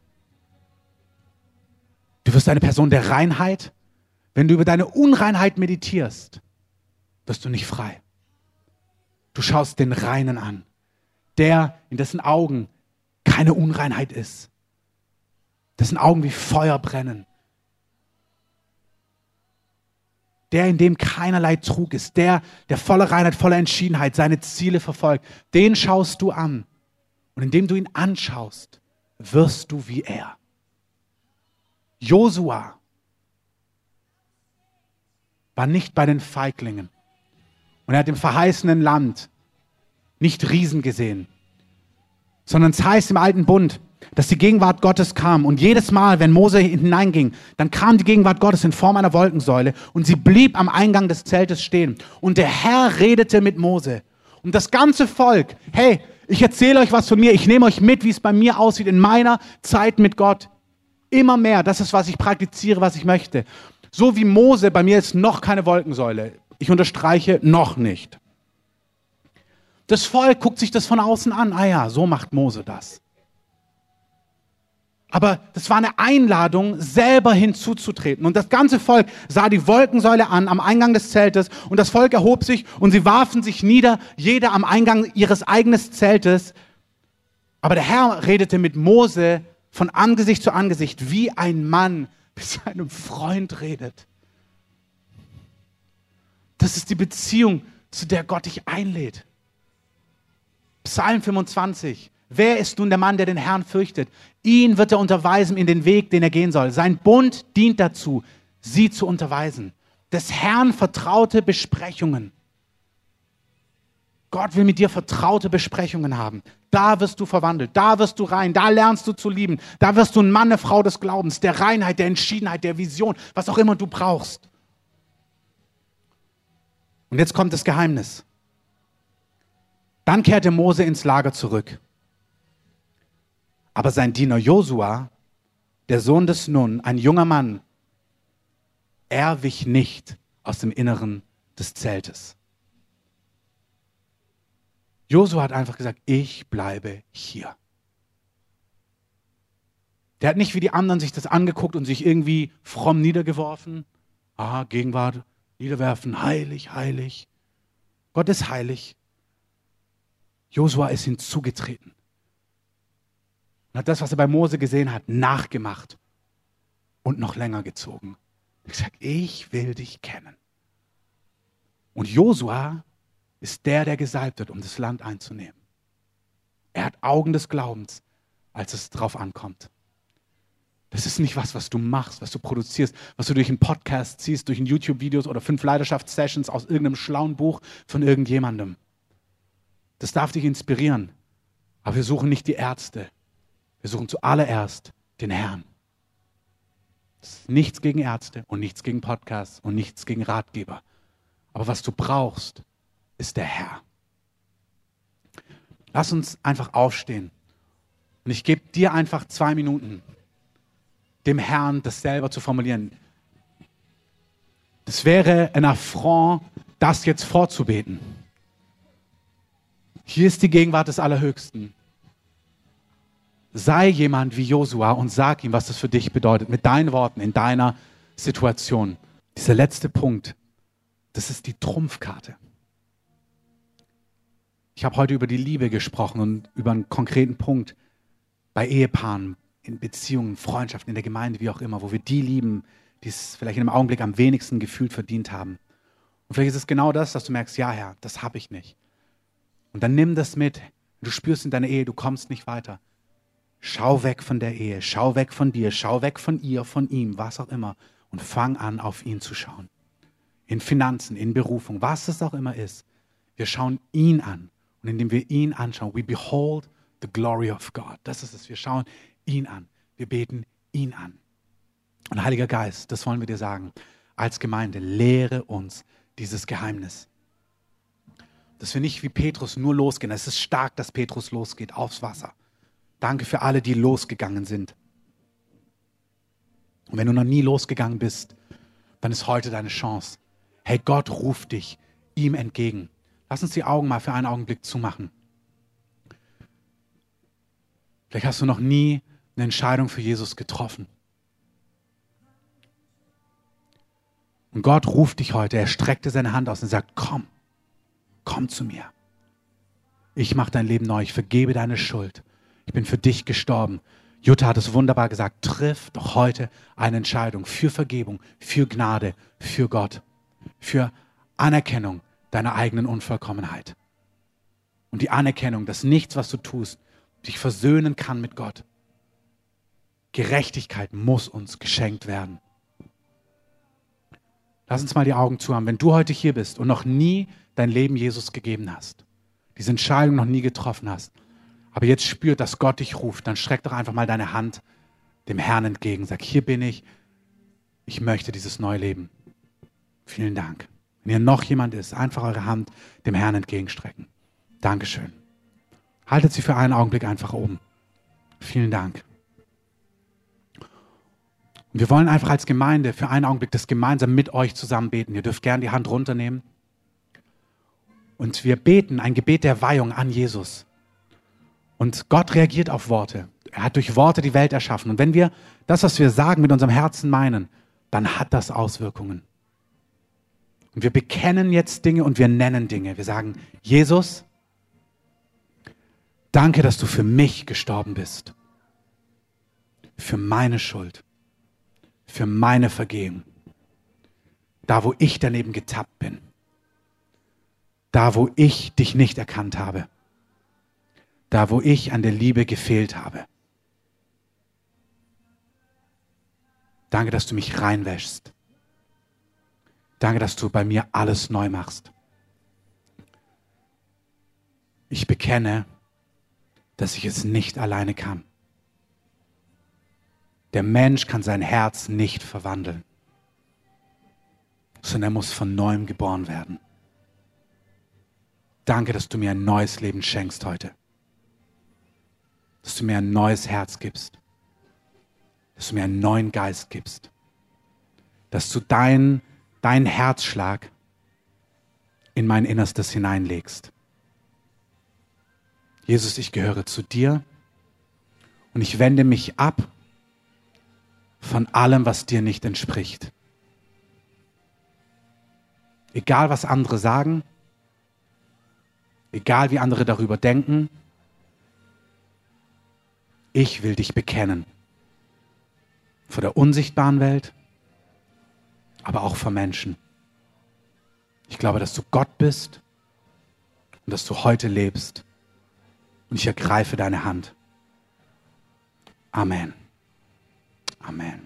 Du wirst eine Person der Reinheit. Wenn du über deine Unreinheit meditierst, wirst du nicht frei. Du schaust den Reinen an, der, in dessen Augen keine Unreinheit ist, dessen Augen wie Feuer brennen, der, in dem keinerlei Trug ist, der, der voller Reinheit, voller Entschiedenheit seine Ziele verfolgt, den schaust du an. Und indem du ihn anschaust, wirst du wie er. Josua war nicht bei den Feiglingen. Und er hat im verheißenen Land nicht Riesen gesehen, sondern es heißt im Alten Bund, dass die Gegenwart Gottes kam. Und jedes Mal, wenn Mose hineinging, dann kam die Gegenwart Gottes in Form einer Wolkensäule und sie blieb am Eingang des Zeltes stehen. Und der Herr redete mit Mose. Und das ganze Volk, hey, Ich erzähle euch was von mir. Ich nehme euch mit, wie es bei mir aussieht in meiner Zeit mit Gott. Immer mehr. Das ist, was ich praktiziere, was ich möchte. So wie Mose, bei mir ist noch keine Wolkensäule. Ich unterstreiche, noch nicht. Das Volk guckt sich das von außen an. Ah ja, so macht Mose das. Aber das war eine Einladung, selber hinzuzutreten. Und das ganze Volk sah die Wolkensäule an am Eingang des Zeltes und das Volk erhob sich und sie warfen sich nieder, jeder am Eingang ihres eigenen Zeltes. Aber der Herr redete mit Mose von Angesicht zu Angesicht, wie ein Mann mit seinem Freund redet. Das ist die Beziehung, zu der Gott dich einlädt. Psalm fünfundzwanzig. Wer ist nun der Mann, der den Herrn fürchtet? Ihn wird er unterweisen in den Weg, den er gehen soll. Sein Bund dient dazu, sie zu unterweisen. Des Herrn vertraute Besprechungen. Gott will mit dir vertraute Besprechungen haben. Da wirst du verwandelt, da wirst du rein, da lernst du zu lieben. Da wirst du ein Mann, eine Frau des Glaubens, der Reinheit, der Entschiedenheit, der Vision, was auch immer du brauchst. Und jetzt kommt das Geheimnis. Dann kehrte Mose ins Lager zurück. Aber sein Diener Josua, der Sohn des Nun, ein junger Mann, er wich nicht aus dem Inneren des Zeltes. Josua hat einfach gesagt, ich bleibe hier. Der hat nicht wie die anderen sich das angeguckt und sich irgendwie fromm niedergeworfen. Ah, Gegenwart, niederwerfen, heilig, heilig. Gott ist heilig. Josua ist hinzugetreten und hat das, was er bei Mose gesehen hat, nachgemacht und noch länger gezogen. Er hat gesagt, ich will dich kennen. Und Josua ist der, der gesalbt wird, um das Land einzunehmen. Er hat Augen des Glaubens, als es drauf ankommt. Das ist nicht was, was du machst, was du produzierst, was du durch einen Podcast ziehst, durch ein YouTube-Videos oder fünf Leidenschaftssessions aus irgendeinem schlauen Buch von irgendjemandem. Das darf dich inspirieren. Aber wir suchen nicht die Ärzte. Wir suchen zuallererst den Herrn. Das ist nichts gegen Ärzte und nichts gegen Podcasts und nichts gegen Ratgeber. Aber was du brauchst, ist der Herr. Lass uns einfach aufstehen. Und ich gebe dir einfach zwei Minuten, dem Herrn das selber zu formulieren. Das wäre ein Affront, das jetzt vorzubeten. Hier ist die Gegenwart des Allerhöchsten. Sei jemand wie Josua und sag ihm, was das für dich bedeutet, mit deinen Worten, in deiner Situation. Dieser letzte Punkt, das ist die Trumpfkarte. Ich habe heute über die Liebe gesprochen und über einen konkreten Punkt bei Ehepaaren, in Beziehungen, Freundschaften, in der Gemeinde, wie auch immer, wo wir die lieben, die es vielleicht in einem Augenblick am wenigsten gefühlt verdient haben. Und vielleicht ist es genau das, dass du merkst, ja Herr, das habe ich nicht. Und dann nimm das mit. Du spürst in deiner Ehe, du kommst nicht weiter. Schau weg von der Ehe, schau weg von dir, schau weg von ihr, von ihm, was auch immer. Und fang an, auf ihn zu schauen. In Finanzen, in Berufung, was es auch immer ist. Wir schauen ihn an. Und indem wir ihn anschauen, we behold the glory of God. Das ist es. Wir schauen ihn an. Wir beten ihn an. Und Heiliger Geist, das wollen wir dir sagen, als Gemeinde, lehre uns dieses Geheimnis. Dass wir nicht wie Petrus nur losgehen. Es ist stark, dass Petrus losgeht aufs Wasser. Danke für alle, die losgegangen sind. Und wenn du noch nie losgegangen bist, dann ist heute deine Chance. Hey, Gott ruft dich ihm entgegen. Lass uns die Augen mal für einen Augenblick zumachen. Vielleicht hast du noch nie eine Entscheidung für Jesus getroffen. Und Gott ruft dich heute. Er streckte seine Hand aus und sagt, komm, komm zu mir. Ich mache dein Leben neu. Ich vergebe deine Schuld. Ich bin für dich gestorben. Jutta hat es wunderbar gesagt. Triff doch heute eine Entscheidung für Vergebung, für Gnade, für Gott, für Anerkennung deiner eigenen Unvollkommenheit. Und die Anerkennung, dass nichts, was du tust, dich versöhnen kann mit Gott. Gerechtigkeit muss uns geschenkt werden. Lass uns mal die Augen zu haben. Wenn du heute hier bist und noch nie dein Leben Jesus gegeben hast, diese Entscheidung noch nie getroffen hast, aber jetzt spürt, dass Gott dich ruft, dann streck doch einfach mal deine Hand dem Herrn entgegen. Sag, hier bin ich, ich möchte dieses neue Leben. Vielen Dank. Wenn hier noch jemand ist, einfach eure Hand dem Herrn entgegenstrecken. Dankeschön. Haltet sie für einen Augenblick einfach oben. Vielen Dank. Und wir wollen einfach als Gemeinde für einen Augenblick das gemeinsam mit euch zusammen beten. Ihr dürft gerne die Hand runternehmen. Und wir beten ein Gebet der Weihung an Jesus. Und Gott reagiert auf Worte. Er hat durch Worte die Welt erschaffen. Und wenn wir das, was wir sagen, mit unserem Herzen meinen, dann hat das Auswirkungen. Und wir bekennen jetzt Dinge und wir nennen Dinge. Wir sagen, Jesus, danke, dass du für mich gestorben bist. Für meine Schuld. Für meine Vergehung. Da, wo ich daneben getappt bin. Da, wo ich dich nicht erkannt habe. Da, wo ich an der Liebe gefehlt habe. Danke, dass du mich reinwäschst. Danke, dass du bei mir alles neu machst. Ich bekenne, dass ich es nicht alleine kann. Der Mensch kann sein Herz nicht verwandeln, sondern er muss von neuem geboren werden. Danke, dass du mir ein neues Leben schenkst heute. Dass du mir ein neues Herz gibst. Dass du mir einen neuen Geist gibst. Dass du dein, dein Herzschlag in mein Innerstes hineinlegst. Jesus, ich gehöre zu dir und ich wende mich ab von allem, was dir nicht entspricht. Egal, was andere sagen, egal, wie andere darüber denken, ich will dich bekennen. Vor der unsichtbaren Welt, aber auch vor Menschen. Ich glaube, dass du Gott bist und dass du heute lebst. Und ich ergreife deine Hand. Amen. Amen.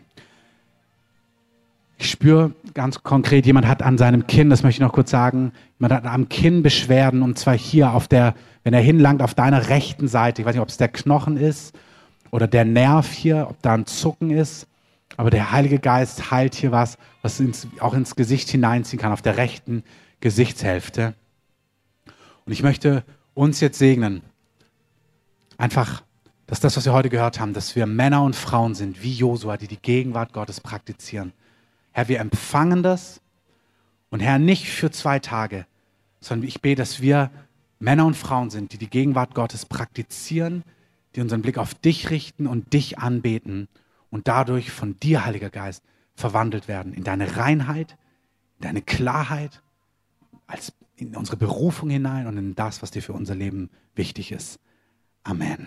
Ich spüre ganz konkret, jemand hat an seinem Kinn, das möchte ich noch kurz sagen, jemand hat am Kinn Beschwerden und zwar hier auf der, wenn er hinlangt, auf deiner rechten Seite. Ich weiß nicht, ob es der Knochen ist oder der Nerv hier, ob da ein Zucken ist, aber der Heilige Geist heilt hier was, was ins, auch ins Gesicht hineinziehen kann, auf der rechten Gesichtshälfte. Und ich möchte uns jetzt segnen, einfach, dass das, was wir heute gehört haben, dass wir Männer und Frauen sind, wie Josua, die die Gegenwart Gottes praktizieren. Herr, wir empfangen das und Herr, nicht für zwei Tage, sondern ich bete, dass wir Männer und Frauen sind, die die Gegenwart Gottes praktizieren, die unseren Blick auf dich richten und dich anbeten und dadurch von dir, Heiliger Geist, verwandelt werden in deine Reinheit, in deine Klarheit, als in unsere Berufung hinein und in das, was dir für unser Leben wichtig ist. Amen.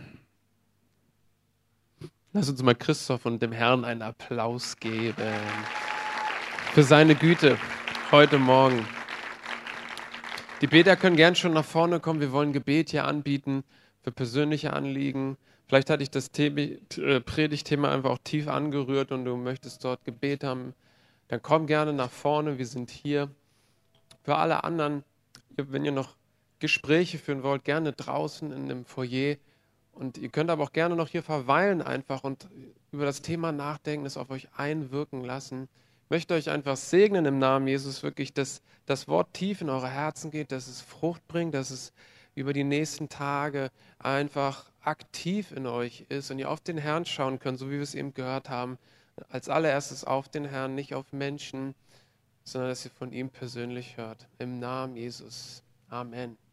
Lass uns mal Christoph und dem Herrn einen Applaus geben für seine Güte heute Morgen. Die Beter können gern schon nach vorne kommen. Wir wollen Gebet hier anbieten für persönliche Anliegen. Vielleicht hatte ich das The- äh, Predigtthema einfach auch tief angerührt und du möchtest dort Gebet haben. Dann komm gerne nach vorne. Wir sind hier. Für alle anderen, wenn ihr noch Gespräche führen wollt, gerne draußen in dem Foyer. Und ihr könnt aber auch gerne noch hier verweilen einfach und über das Thema nachdenken, es auf euch einwirken lassen. Ich möchte euch einfach segnen im Namen Jesus wirklich, dass das Wort tief in eure Herzen geht, dass es Frucht bringt, dass es über die nächsten Tage einfach aktiv in euch ist und ihr auf den Herrn schauen könnt, so wie wir es eben gehört haben. Als allererstes auf den Herrn, nicht auf Menschen, sondern dass ihr von ihm persönlich hört. Im Namen Jesus. Amen.